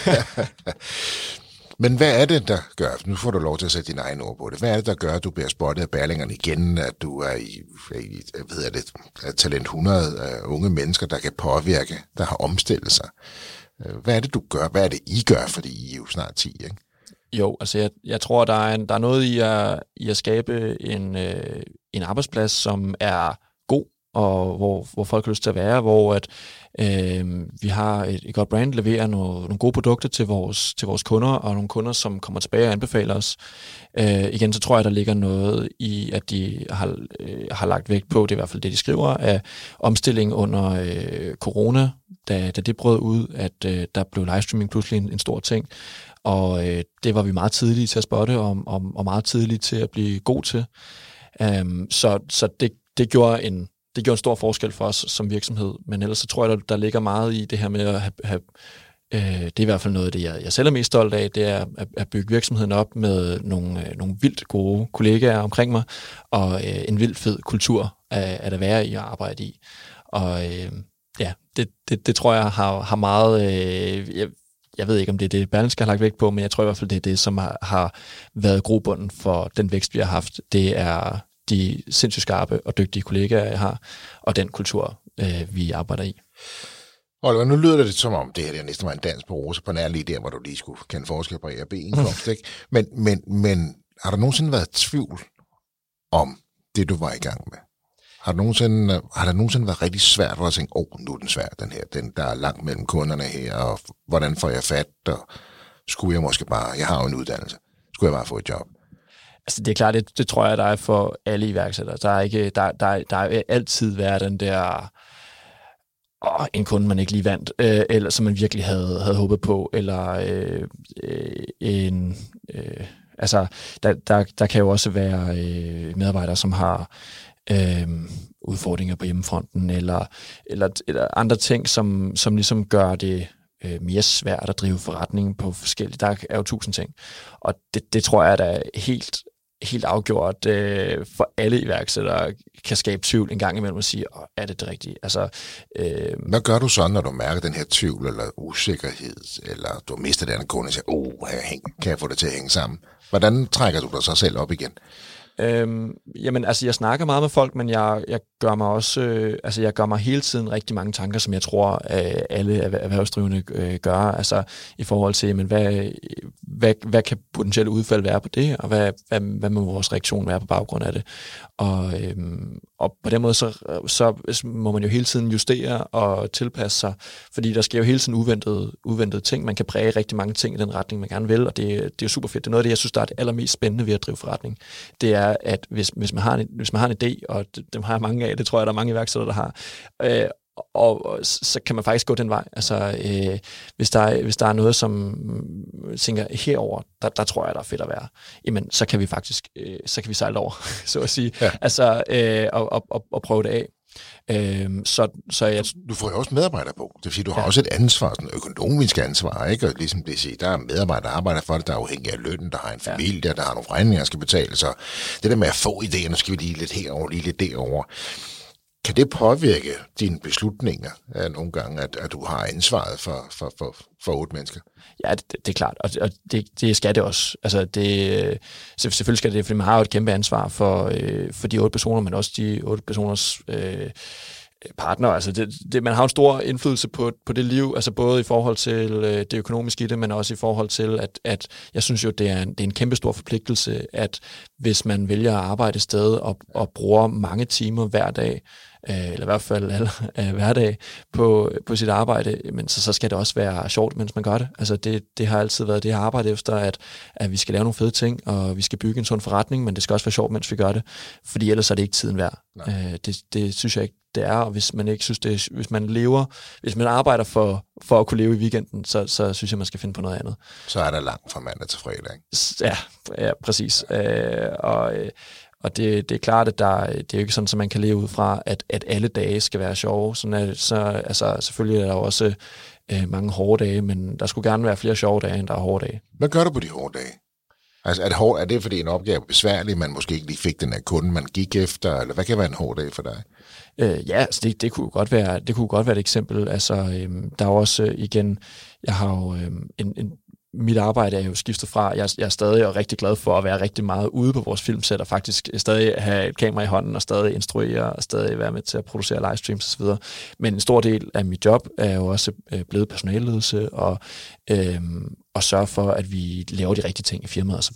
Men hvad er det, der gør, nu får du lov til at sætte dine egne ord på det, hvad er det, der gør, at du bliver spottet af Berlingerne igen, at du er i, i hvad er det, Talent hundrede af unge mennesker, der kan påvirke, der har omstillet sig? Hvad er det, du gør? Hvad er det, I gør, fordi I er jo snart ti, ikke? Jo, altså jeg, jeg tror, der er, en, der er noget i at, i at skabe en, øh, en arbejdsplads, som er god, og hvor, hvor folk har lyst til at være, hvor at, øh, vi har et, et godt brand, leverer nogle, nogle gode produkter til vores, til vores kunder, og nogle kunder, som kommer tilbage og anbefaler os. Øh, igen, så tror jeg, der ligger noget i, at de har, øh, har lagt vægt på, det er i hvert fald det, de skriver, af omstilling under øh, corona, da, da det brød ud, at øh, der blev livestreaming pludselig en, en stor ting, og øh, det var vi meget tidlige til at spotte, og, og, og meget tidlige til at blive god til. Um, så så det, det gjorde en Det gjorde en stor forskel for os som virksomhed, men ellers så tror jeg, der, der ligger meget i det her med at have, have øh, det er i hvert fald noget af det, jeg, jeg selv er mest stolt af, det er at, at bygge virksomheden op med nogle, øh, nogle vildt gode kollegaer omkring mig, og øh, en vildt fed kultur af, at at være i og arbejde i. Og øh, ja, det, det, det tror jeg har, har meget... Øh, jeg, jeg ved ikke, om det er det, Berlingske har lagt vægt på, men jeg tror i hvert fald, det er det, som har, har været grobunden for den vækst, vi har haft. Det er de sindssygt skarpe og dygtige kollegaer, jeg har, og den kultur, øh, vi arbejder i. Oliver, nu lyder det som om, det her det er næsten var en dans på roser, på nær lige der, hvor du lige skulle kende forskel på A og B-indkomst, ikke? Men, men, men har der nogensinde været tvivl om det, du var i gang med? Har der nogensinde, har der nogensinde været rigtig svært at tænke, åh, oh, nu er den svær, den her, den, der er langt mellem kunderne her, og hvordan får jeg fat, og skulle jeg måske bare, jeg har jo en uddannelse, skulle jeg bare få et job? Altså det er klart, det, det tror jeg, der er for alle iværksættere. Der er ikke, der, der, der er altid været den der åh, en kunde, man ikke lige vandt, øh, eller som man virkelig havde, havde håbet på, eller øh, øh, en... Øh, altså, der, der, der kan jo også være øh, medarbejdere, som har øh, udfordringer på hjemmefronten, eller, eller, eller andre ting, som, som ligesom gør det øh, mere svært at drive forretningen på forskellige... Der er jo tusind ting, og det, det tror jeg, der er helt... helt afgjort øh, for alle iværksættere kan skabe tvivl en gang imellem og sige, oh, er det det rigtige? Altså, øh, Hvad gør du så, når du mærker den her tvivl eller usikkerhed, eller du mister den kunde og siger, åh, oh, kan jeg få det til at hænge sammen? Hvordan trækker du dig så selv op igen? Øhm, jamen, altså, jeg snakker meget med folk, men jeg, jeg gør mig også, øh, altså, jeg gør mig hele tiden rigtig mange tanker, som jeg tror, øh, alle erhvervsdrivende øh, gør, altså, i forhold til, men hvad, hvad, hvad kan potentielt udfald være på det, og hvad, hvad, hvad må vores reaktion være på baggrund af det? Og, øhm, og på den måde, så, så må man jo hele tiden justere og tilpasse sig, fordi der sker jo hele tiden uventede, uventede ting. Man kan præge rigtig mange ting i den retning, man gerne vil, og det, det er jo super fedt. Det er noget af det, jeg synes, der er det allermest spændende ved at drive forretning. Det er, at hvis, hvis, man, har en, hvis man har en idé, og dem har jeg mange af, det tror jeg, der er mange iværksættere, der har, øh, og, og så kan man faktisk gå den vej. Altså, øh, hvis, der er, hvis der er noget, som tænker herover, der, der tror jeg, der er fedt at være, jamen, så kan vi faktisk, øh, så kan vi sejle over, så at sige, ja. Altså, øh, og, og, og, og prøve det af. Øhm, så, så jeg... Du får jo også medarbejdere på. Det vil sige, du har ja. også et ansvar, sådan økonomisk ansvar, ikke? Og ligesom det siger, der er medarbejdere, der arbejder for det, der er afhængig af lønnen, der har en familie, ja. Der har nogle regninger, der skal betale. Så det der med at få idéer, nu skal vi lige lidt herover, lige lidt derover. Kan det påvirke dine beslutninger ja, nogle gange, at, at du har ansvaret for, for, for, for otte mennesker? Ja, det, det er klart, og, og det, det skal det også. Altså, det, selvfølgelig skal det, fordi man har jo et kæmpe ansvar for, øh, for de otte personer, men også de otte personers øh, partner. Altså, det, det, man har en stor indflydelse på, på det liv, altså både i forhold til øh, det økonomiske i det, men også i forhold til, at, at jeg synes jo, det er, en, det er en kæmpe stor forpligtelse, at hvis man vælger at arbejde et sted og, og bruger mange timer hver dag, eller i hvert fald alle, øh, hver dag på, på sit arbejde, men så, så skal det også være sjovt, mens man gør det. Altså det, det har altid været det, jeg har arbejdet efter, at, at vi skal lave nogle fede ting, og vi skal bygge en sund forretning, men det skal også være sjovt, mens vi gør det, fordi ellers er det ikke tiden værd. Øh, det, det synes jeg ikke, det er, og hvis man ikke synes det, hvis man lever, hvis man arbejder for, for at kunne leve i weekenden, så, så synes jeg, man skal finde på noget andet. Så er der langt fra mandag til fredag, ikke? Ja, ja præcis. Øh, og Og det, det er klart, at der, det er jo ikke sådan, at man kan leve ud fra, at, at alle dage skal være sjove. Sådan at, så, altså, selvfølgelig er der også øh, mange hårde dage, men der skulle gerne være flere sjove dage, end der er hårde dage. Hvad gør du på de hårde dage? Altså, er det, hård, er det fordi en opgave er besværlig, man måske ikke lige fik den af kunden, man gik efter, eller hvad kan være en hård dag for dig? Øh, ja, altså det, det, kunne godt være, det kunne godt være et eksempel. Altså, øh, der er også øh, igen, jeg har jo øh, en, en mit arbejde er jo skiftet fra, jeg, jeg er stadig rigtig glad for at være rigtig meget ude på vores filmsæt, og faktisk stadig have et kamera i hånden, og stadig instruere, og stadig være med til at producere livestreams osv. Men en stor del af mit job er jo også blevet personalledelse, og, øhm, og sørge for, at vi laver de rigtige ting i firmaet osv.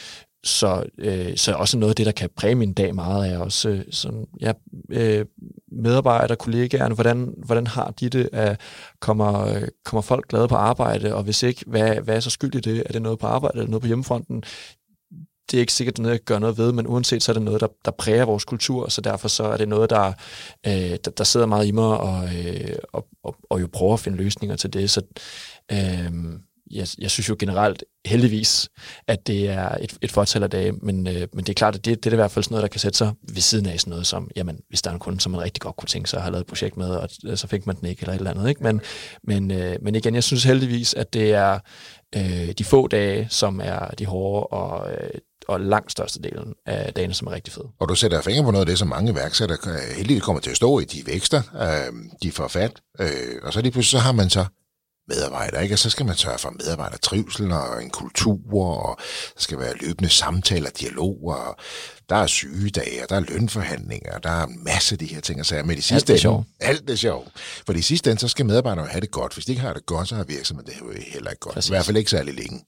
Så, øh, så også noget af det, der kan præge min dag meget, er også øh, sådan, ja, øh, medarbejdere, kollegaerne, hvordan, hvordan har de det? Uh, kommer, øh, kommer folk glade på arbejde, og hvis ikke, hvad, hvad er så skyld i det? Er det noget på arbejde, eller noget på hjemmefronten? Det er ikke sikkert, det er noget, jeg gør noget ved, men uanset så er det noget, der, der præger vores kultur, så derfor så er det noget, der, øh, der, der sidder meget i mig, og, øh, og, og, og jo prøver at finde løsninger til det. Så øh, Jeg, jeg synes jo generelt, heldigvis, at det er et, et fortal af dage, men, øh, men det er klart, at det, det er i hvert fald sådan noget, der kan sætte sig ved siden af sådan noget som, jamen, hvis der er en kunde, som man rigtig godt kunne tænke sig at have lavet et projekt med, og så fik man den ikke, eller et eller andet, ikke? Men, men, øh, men igen, jeg synes heldigvis, at det er øh, de få dage, som er de hårde, og, øh, og langt størstedelen af dagene, som er rigtig fede. Og du sætter fingre på noget af det, som mange iværksættere heldigvis kommer til at stå i, de vækster, øh, de får fat, øh, og så lige pludselig, så har man så medarbejdere, ikke? Og så skal man sørge for medarbejdertrivsel og en kultur, og der skal være løbende samtaler, dialoger, og der er sygedage, der er lønforhandlinger, der er en masse af de her ting, og så med de sidste alt ende, alt er sjovt. For de sidste ende, så skal medarbejderne have det godt. Hvis de ikke har det godt, så har virksomheden det jo heller ikke godt. Præcis. I hvert fald ikke særlig længe.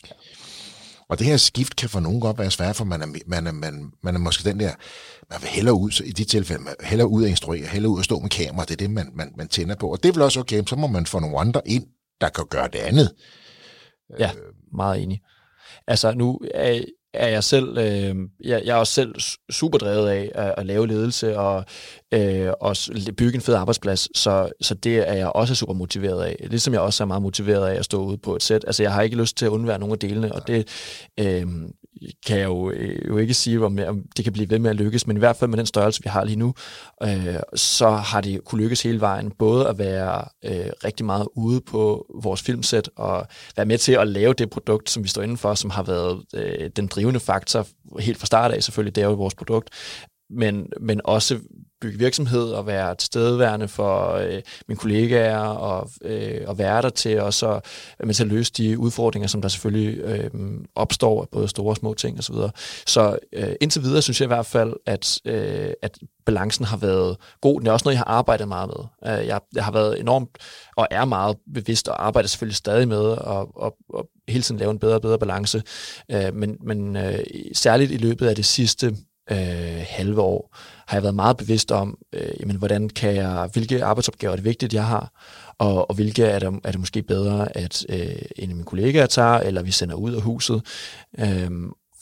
Og det her skift kan for nogen godt være svært, for man er, man er, man, man er måske den der, man vil hellere ud, så i de tilfælde, man hellere ud at instruere, hellere ud at stå med kamera, det er det, man, man, man tænder på. Og det er vel også okay, så må man få nogle andre ind, der kan gøre det andet. Ja, meget enig. Altså nu, er jeg selv, øh, jeg, jeg er også selv super drevet af at, at lave ledelse og øh, også bygge en fed arbejdsplads, så, så det er jeg også super motiveret af. Ligesom jeg også er meget motiveret af at stå ude på et sæt. Altså jeg har ikke lyst til at undvære nogle af delene, og det øh, kan jeg jo, jo ikke sige, om, om det kan blive ved med at lykkes, men i hvert fald med den størrelse, vi har lige nu, øh, så har det kunne lykkes hele vejen, både at være øh, rigtig meget ude på vores filmsæt og være med til at lave det produkt, som vi står indenfor, som har været øh, den drivende faktor helt fra start af, selvfølgelig, det er jo vores produkt, men, men også bygge virksomhed og være tilstedeværende for øh, mine kollegaer og, øh, og være der til også at, med til at løse de udfordringer, som der selvfølgelig øh, opstår, både store og små ting osv. Så, så øh, indtil videre synes jeg i hvert fald, at, øh, at balancen har været god. Det er også noget, jeg har arbejdet meget med. Øh, jeg, jeg har været enormt og er meget bevidst og arbejder selvfølgelig stadig med og, og, og hele tiden lave en bedre og bedre balance. Øh, men men øh, særligt i løbet af det sidste Øh, halve år, har jeg været meget bevidst om, øh, jamen, hvordan kan jeg, hvilke arbejdsopgaver er det vigtigt, jeg har, og, og hvilke er det, er det måske bedre, at øh, en af mine kollegaer tager, eller vi sender ud af huset, øh,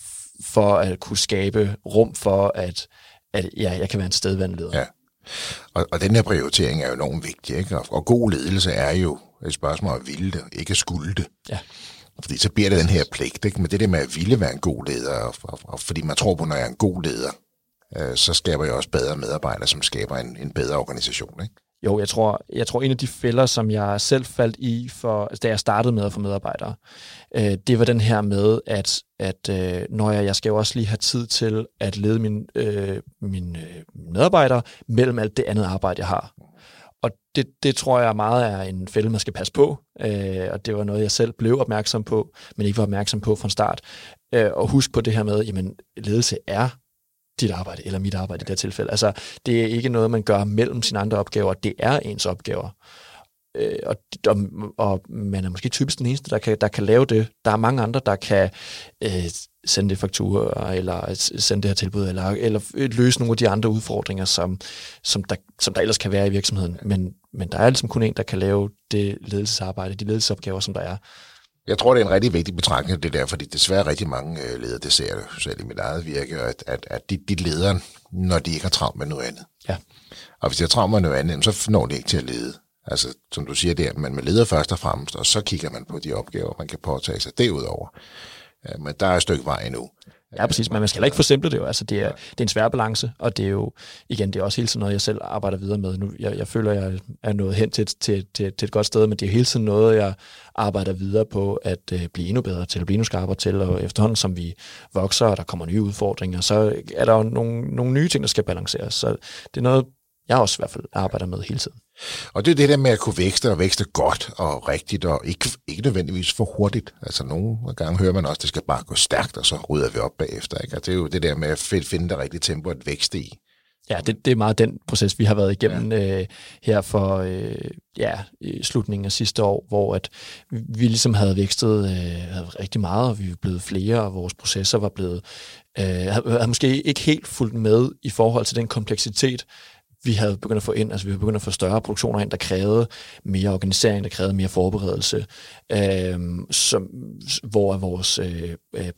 for at kunne skabe rum for, at, at ja, jeg kan være en stedværende leder. Ja. Og, og den her prioritering er jo enormt vigtig, ikke? Og, og god ledelse er jo et spørgsmål at ville det, ikke skulde det. Ja. Fordi så bliver det den her pligt, ikke? Men det der med at ville være en god leder, og, og, og fordi man tror på, når jeg er en god leder, øh, så skaber jeg også bedre medarbejdere, som skaber en, en bedre organisation, ikke? Jo, jeg tror, jeg tror en af de fælder, som jeg selv faldt i, for, da jeg startede med at få medarbejdere, øh, det var den her med, at, at øh, når jeg, jeg skal jo også lige have tid til at lede mine, øh, mine medarbejdere mellem alt det andet arbejde, jeg har. Og det, det tror jeg meget er en fælde, man skal passe på, øh, og det var noget, jeg selv blev opmærksom på, men ikke var opmærksom på fra start. Øh, og husk på det her med, jamen ledelse er dit arbejde, eller mit arbejde i det her tilfælde. Altså, det er ikke noget, man gør mellem sine andre opgaver, det er ens opgaver. Øh, og, og, og man er måske typisk den eneste, der kan, der kan lave det. Der er mange andre, der kan øh, sende det fakturer, eller sende det her tilbud, eller, eller løse nogle af de andre udfordringer, som, som, der, som der ellers kan være i virksomheden. Men, men der er ligesom kun en, der kan lave det ledelsesarbejde, de ledelsesopgaver, som der er. Jeg tror, det er en rigtig vigtig betragtning, det der, fordi desværre rigtig mange ledere, det ser jeg selv i mit eget virke, at, at, at de, de ledere, når de ikke har travlt med noget andet. Ja. Og hvis de har travlt med noget andet, så når de ikke til at lede. Altså, som du siger der, man leder først og fremmest, og så kigger man på de opgaver, man kan påtage sig derudover. Men der er et stykke vej endnu. Ja, præcis, men man skal heller ikke forsimple det jo. Altså, det er, det er en svær balance, og det er jo, igen, det er også hele tiden noget, jeg selv arbejder videre med. Nu, jeg, jeg føler, jeg er nået hen til, til, til, til et godt sted, men det er hele tiden noget, jeg arbejder videre på at uh, blive endnu bedre til, at blive endnu skarpere til, og efterhånden, som vi vokser, og der kommer nye udfordringer, så er der jo nogle, nogle nye ting, der skal balanceres. Så det er noget, jeg også i hvert fald arbejder med hele tiden. Og det er det der med at kunne vækste og vækste godt og rigtigt, og ikke, ikke nødvendigvis for hurtigt. Altså nogle gange hører man også, at det skal bare gå stærkt, og så rydder vi op bagefter. Ikke? Og det er jo det der med at finde det rigtige tempo at vækste i. Ja, det, det er meget den proces, vi har været igennem ja. øh, her for øh, ja, i slutningen af sidste år, hvor at vi ligesom havde vækstet øh, rigtig meget, og vi var blevet flere, og vores processer var blevet øh, havde måske ikke helt fulgt med i forhold til den kompleksitet, vi havde begyndt at få ind, altså vi havde begyndt at få større produktioner ind, der krævede mere organisering, der krævede mere forberedelse, øh, som, hvor vores øh,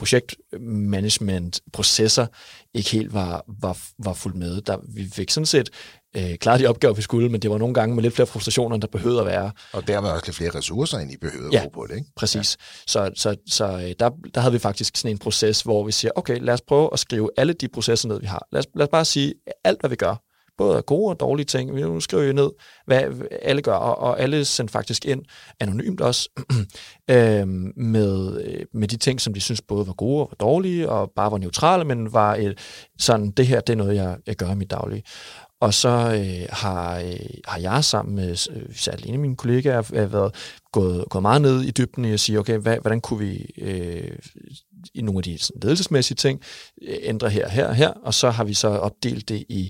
projektmanagement-processer ikke helt var, var, var fuldt med. Der, vi fik sådan set øh, klaret de opgaver, vi skulle, men det var nogle gange med lidt flere frustrationer, end der behøvede at være. Og dermed også lidt flere ressourcer, end I behøvede ja, at bruge på det, ikke? Præcis. Ja. Så, så, så der, der havde vi faktisk sådan en proces, hvor vi siger, okay, lad os prøve at skrive alle de processer ned, vi har. Lad os, lad os bare sige alt, hvad vi gør. Både gode og dårlige ting. Vi nu skriver jo ned, hvad alle gør, og alle sendte faktisk ind anonymt også, øh, med, med de ting, som de synes både var gode og var dårlige, og bare var neutrale, men var et, sådan, det her, det er noget, jeg, jeg gør i mit daglige. Og så øh, har, øh, har jeg sammen med øh, særligt en af mine kollegaer været gået, gået meget ned i dybden i at sige, okay, hvad, hvordan kunne vi øh, i nogle af de sådan, ledelsesmæssige ting ændre her, her, her, og så har vi så opdelt det i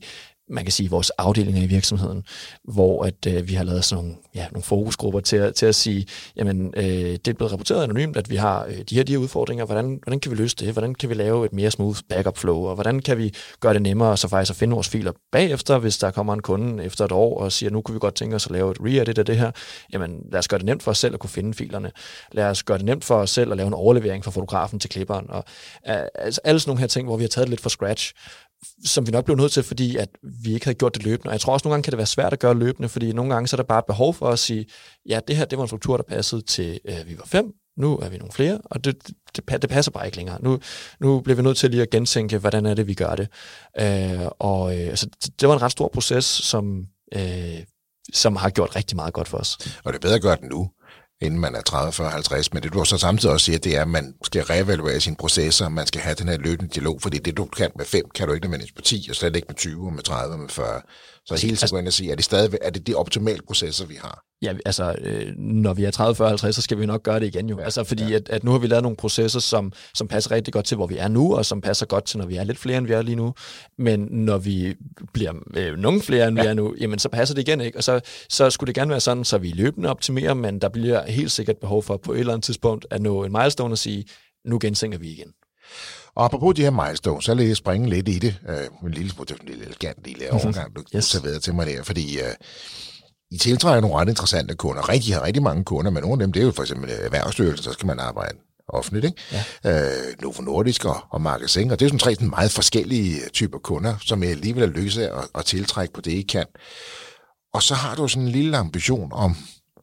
man kan sige, vores afdelinger i virksomheden, hvor at, øh, vi har lavet sådan nogle, ja, nogle fokusgrupper til at, til at sige, jamen, øh, det er blevet rapporteret anonymt, at vi har øh, de her, de her udfordringer, hvordan, hvordan kan vi løse det, hvordan kan vi lave et mere smooth backup flow, og hvordan kan vi gøre det nemmere så faktisk at finde vores filer bagefter, hvis der kommer en kunde efter et år og siger, nu kunne vi godt tænke os at lave et re-edit af det her, jamen lad os gøre det nemt for os selv at kunne finde filerne, lad os gøre det nemt for os selv at lave en overlevering fra fotografen til klipperen, og øh, altså alle sådan nogle her ting, hvor vi har taget det lidt fra scratch, som vi nok blev nødt til, fordi at vi ikke havde gjort det løbende. Og jeg tror også, nogle gange kan det være svært at gøre løbende, fordi nogle gange så er der bare et behov for at sige, ja, det her, det var en struktur, der passede til, øh, vi var fem, nu er vi nogle flere, og det, det, det passer bare ikke længere. Nu, nu bliver vi nødt til lige at gentænke, hvordan er det, vi gør det. Øh, og øh, altså, det var en ret stor proces, som, øh, som har gjort rigtig meget godt for os. Og det er bedre at gøre det nu, inden man er tredive, fyrre, halvtreds, men det du så samtidig også siger, det er, at man skal reevaluere sine processer, man skal have den her løbende dialog, fordi det du kan med fem, kan du ikke nødvendigvis på ti, og slet ikke med tyve, og med tredive, og med fyrre. Så hele tiden gå ind og sige, er det stadig, er det de optimale processer, vi har? Ja, altså, øh, når vi er tredive, fyrre, halvtreds, så skal vi nok gøre det igen jo. Ja, altså, fordi ja. at, at nu har vi lavet nogle processer, som, som passer rigtig godt til, hvor vi er nu, og som passer godt til, når vi er lidt flere, end vi er lige nu. Men når vi bliver øh, nogle flere, end ja. vi er nu, jamen, så passer det igen ikke. Og så, så skulle det gerne være sådan, så vi løbende optimerer, men der bliver helt sikkert behov for på et eller andet tidspunkt at nå en milestone og sige, nu gensænker vi igen. Og apropos de her milestones, så lad jeg springe lidt i det. Uh, en lille, en lille elegant lille overgang, du yes. serverede til mig der, fordi uh, I tiltrækker nogle ret interessante kunder. Rigtig har rigtig mange kunder, men nogle af dem, det er jo for eksempel Erhvervsstyrelsen, så skal man arbejde offentligt, ikke? Ja. Uh, Novo Nordisk og, og Magasin, og det er sådan tre sådan meget forskellige typer kunder, som jeg alligevel er lykkes af at, at tiltrække på det, I kan. Og så har du sådan en lille ambition om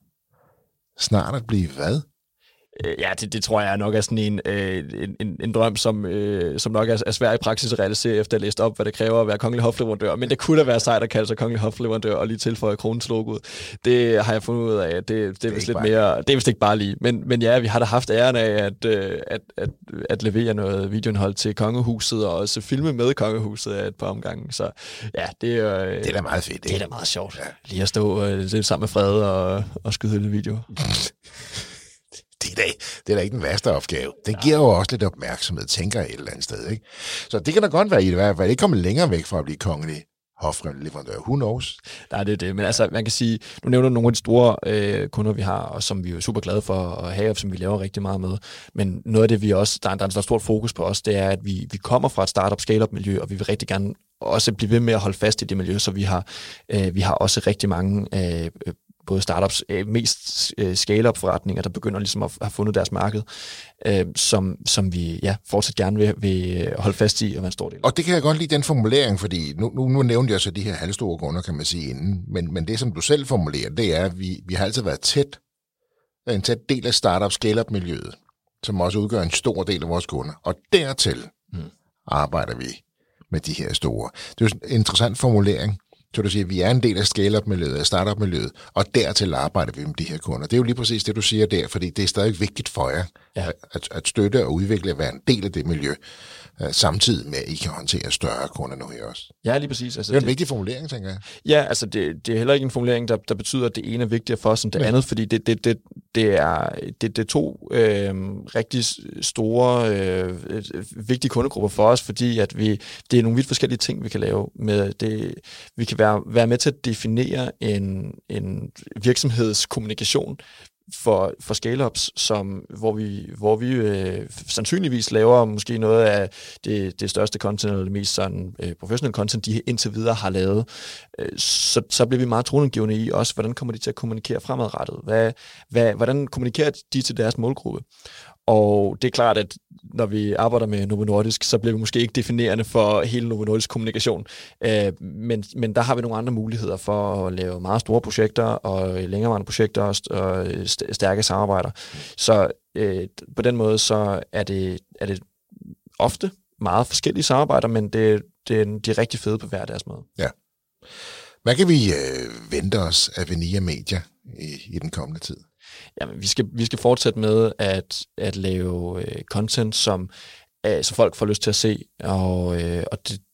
snart at blive hvad? Ja, det, det tror jeg nok er sådan en, øh, en, en drøm, som, øh, som nok er, er svær i praksis at realisere, efter at have læst op, hvad det kræver at være kongelig hofleverandør. Men det kunne da være sejt at kalde sig kongelig hofleverandør og lige tilføje kronens logoet. Det har jeg fundet ud af. Det, det, det er vist lidt mere. Det er vist ikke bare lige. Men, men ja, vi har da haft æren af at, at, at, at levere noget videoindhold til kongehuset, og også filme med kongehuset af et par omgange. Så ja, det er øh, det er da meget fedt. Det er da meget sjovt. Ja. Lige at stå øh, sammen med Frede og, og skyde lidt video. Det er, da, det er da ikke den værste opgave. Det giver jo også lidt opmærksomhed, tænker jeg et eller andet sted, ikke? Så det kan da godt være, I hvert fald ikke komme længere væk fra at blive kongelig hofleverandør. Who knows? Nej, det er det. Men altså, man kan sige, nu nævner du nogle af de store øh, kunder, vi har, og som vi er super glade for at have, og som vi laver rigtig meget med. Men noget af det, vi også, der er, der er en stort fokus på os, det er, at vi, vi kommer fra et startup scale-up miljø, og vi vil rigtig gerne også blive ved med at holde fast i det miljø, så vi har, øh, vi har også rigtig mange øh, både startups, øh, mest øh, scale-up forretninger, der begynder ligesom at have fundet deres marked, øh, som, som vi ja, fortsat gerne vil, vil holde fast i og være en stor del. Og det kan jeg godt lide, den formulering, fordi nu, nu, nu nævnte jeg så de her halvstore kunder, kan man sige, inden, men, men det, som du selv formulerer, det er, at vi, vi har altid været tæt, en tæt del af startup scale-up-miljøet, som også udgør en stor del af vores kunder, og dertil hmm. arbejder vi med de her store. Det er jo en interessant formulering. Så du siger, at vi er en del af scale-up-miljøet, af startup-miljøet, og dertil arbejder vi med de her kunder. Det er jo lige præcis det, du siger der, fordi det er stadig vigtigt for jer ja. at, at støtte og udvikle og være en del af det miljø, samtidig med, at I kan håndtere større kunder nu her også. Ja, lige præcis. Altså, det er en det, vigtig formulering, tænker jeg. Ja, altså det, det er heller ikke en formulering, der, der betyder, at det ene er vigtigere for os end det ja. andet, fordi det, det, det, det, er, det, det er to øh, rigtig store, øh, vigtige kundegrupper for os, fordi at vi, det er nogle vidt forskellige ting, vi kan lave med det. Vi kan være, være med til at definere en, en virksomhedskommunikation for, for scale-ups, som, hvor vi, hvor vi øh, sandsynligvis laver måske noget af det, det største content, eller det mest sådan, øh, professionelle content, de indtil videre har lavet. Øh, så, så bliver vi meget tronegivende i også, hvordan kommer de til at kommunikere fremadrettet? Hvad, hvad, hvordan kommunikerer de til deres målgruppe? Og det er klart, at når vi arbejder med Novo Nordisk, så bliver vi måske ikke definerende for hele Novo Nordisk kommunikation. Øh, men, men der har vi nogle andre muligheder for at lave meget store projekter og længerevarende projekter og, st- og stærke samarbejder. Så øh, på den måde så er det, er det ofte meget forskellige samarbejder, men det, det er, de er rigtig fede på hver deres måde. Ja. Hvad kan vi øh, vente os af Venia Media i, i den kommende tid? Jamen, vi skal, vi skal fortsætte med at, at lave øh, content, som, øh, som folk får lyst til at se, og, øh, og det,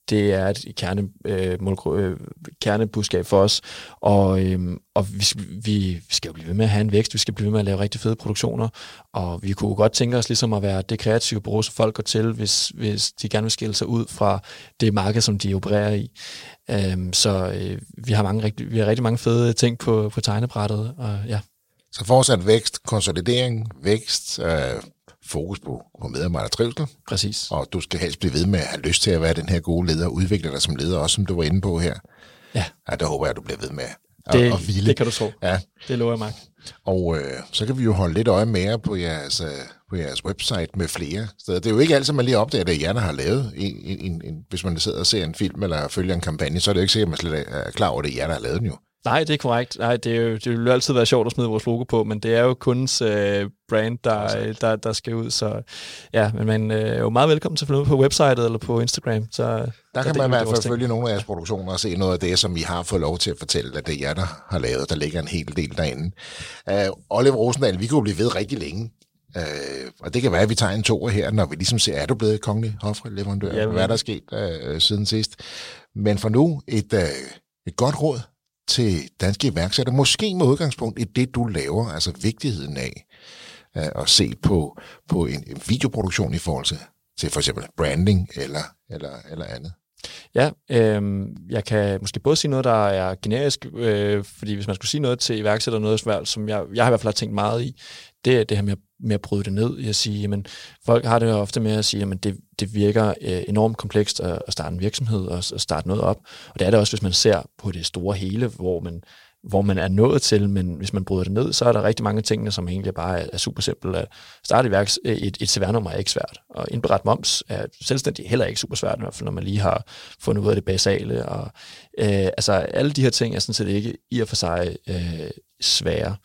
det er et kerne, øh, målgru- øh, kernebudskab for os, og, øh, og vi, vi skal jo blive ved med at have en vækst, vi skal blive ved med at lave rigtig fede produktioner, og vi kunne godt tænke os ligesom at være det kreative bureau, som folk går til, hvis, hvis de gerne vil skille sig ud fra det marked, som de opererer i. Øh, så øh, vi, har mange, vi har rigtig mange fede ting på, på tegnebrættet, og ja. Så fortsat vækst, konsolidering, vækst, øh, fokus på, på medarbejdertrivsel. Præcis. Og du skal helst blive ved med at have lyst til at være den her gode leder, og udvikle dig som leder, også som du var inde på her. Ja. Ja, der håber jeg, at du bliver ved med at, det, at hvile. Det kan du tro. Ja. Det lover jeg, Mark. Og øh, så kan vi jo holde lidt øje med jer på jeres, øh, på jeres website med flere steder. Det er jo ikke altid, man lige opdager, at det er jer, der har lavet en, en, en, hvis man sidder og ser en film eller følger en kampagne, så er det jo ikke sikkert, at man slet er klar over, at det er jer, der har lavet den jo. Nej, det er korrekt. Nej, det, er jo, det vil jo altid være sjovt at smide vores logo på, men det er jo kundens øh, brand, der, der, der skal ud. Så ja, men man øh, er jo meget velkommen til at følge med på websitet eller på Instagram. Så, der, der kan man i hvert fald følge nogle af jeres produktioner og se noget af det, som I har fået lov til at fortælle, at det er jer, der har lavet. Der ligger en hel del derinde. Uh, Oliver Rosendahl, vi kunne blive ved rigtig længe. Uh, og det kan være, at vi tager en toer her, når vi ligesom ser, er du blevet kongelig hofleverandør? Jamen. Hvad er der sket uh, siden sidst? Men for nu, et, uh, et godt råd til danske iværksættere, måske med udgangspunkt i det, du laver, altså vigtigheden af uh, at se på, på en, en videoproduktion i forhold til, til for eksempel branding eller, eller, eller andet. Ja, øh, jeg kan måske både sige noget, der er generisk, øh, fordi hvis man skulle sige noget til iværksættere, noget svært, som jeg, jeg har i hvert fald tænkt meget i, det er det her med at, med at bryde det ned. Jeg siger, jamen, folk har det ofte med at sige, at det, det virker øh, enormt komplekst at, at starte en virksomhed og at starte noget op. Og det er det også, hvis man ser på det store hele, hvor man, hvor man er nået til, men hvis man bryder det ned, så er der rigtig mange ting, som egentlig bare er, er super simpelt. At starte iværks, et, et C V R-nummer er ikke svært, og indberette moms er selvstændig heller ikke super svært, i hvert fald når man lige har fundet ud af det basale. Og, øh, altså alle de her ting er sådan set ikke i og for sig øh, svære,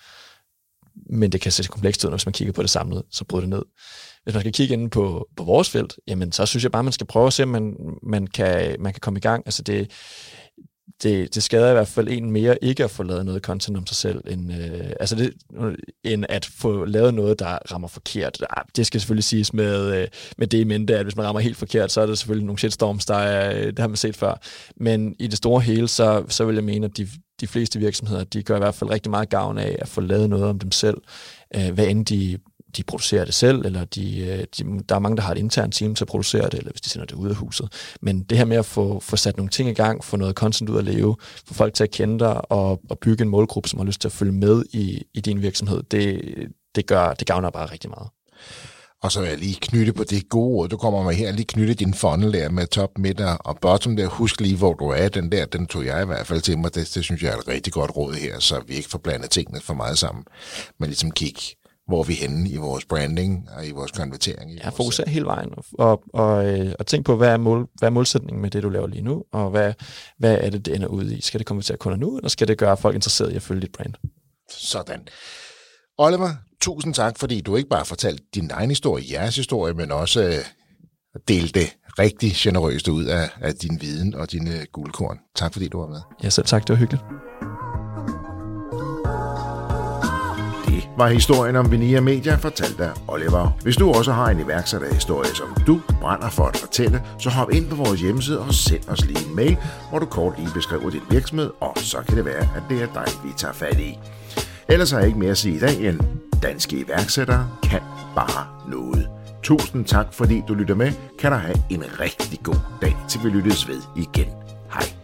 men det kan se komplekst ud, hvis man kigger på det samlet, så bryder det ned. Hvis man skal kigge inde på, på vores felt, jamen så synes jeg bare, man skal prøve at se, om man, man, kan, man kan komme i gang. Altså det, det, det skader i hvert fald en mere ikke at få lavet noget content om sig selv, end, øh, altså det, end at få lavet noget, der rammer forkert. Det skal selvfølgelig siges med, øh, med det i mente, at hvis man rammer helt forkert, så er det selvfølgelig nogle shitstorms, der er, det har man set før. Men i det store hele, så, så vil jeg mene, at de, de fleste virksomheder, de gør i hvert fald rigtig meget gavn af at få lavet noget om dem selv. Øh, hvad end de de producerer det selv, eller de, de, der er mange, der har et internt team til at producere det, eller hvis de sender det ud af huset. Men det her med at få, få sat nogle ting i gang, få noget content ud at leve, få folk til at kende dig, og, og bygge en målgruppe, som har lyst til at følge med i, i din virksomhed, det, det, gør, det gavner bare rigtig meget. Og så vil jeg lige knytte på det gode råd, du kommer med her, lige knytte din funnel der med top, midt og bottom der. Husk lige, hvor du er. Den der, den tog jeg i hvert fald til mig. Det, det synes jeg er et rigtig godt råd her, så vi ikke får blandet tingene for meget sammen. Men ligesom kigge, hvor vi er henne i vores branding og i vores konvertering. Ja, fokuser hele vejen, og, og, og tænk på, hvad er, mål, hvad er målsætningen med det, du laver lige nu, og hvad, hvad er det, det ender ud i? Skal det konvertere kunder nu, eller skal det gøre folk interesserede i at følge dit brand? Sådan. Oliver, tusind tak, fordi du ikke bare fortalte din egen historie, jeres historie, men også øh, delte det rigtig generøst ud af, af din viden og dine guldkorn. Tak, fordi du var med. Ja, selv tak. Det var hyggeligt. Var historien om Venia Media fortalt af Oliver. Hvis du også har en iværksætterhistorie, som du brænder for at fortælle, så hop ind på vores hjemmeside og send os lige en mail, hvor du kort lige beskriver din virksomhed, og så kan det være, at det er dig, vi tager fat i. Ellers har jeg ikke mere at sige i dag, end danske iværksættere kan bare noget. Tusind tak, fordi du lytter med. Kan du have en rigtig god dag, til vi lyttes ved igen. Hej.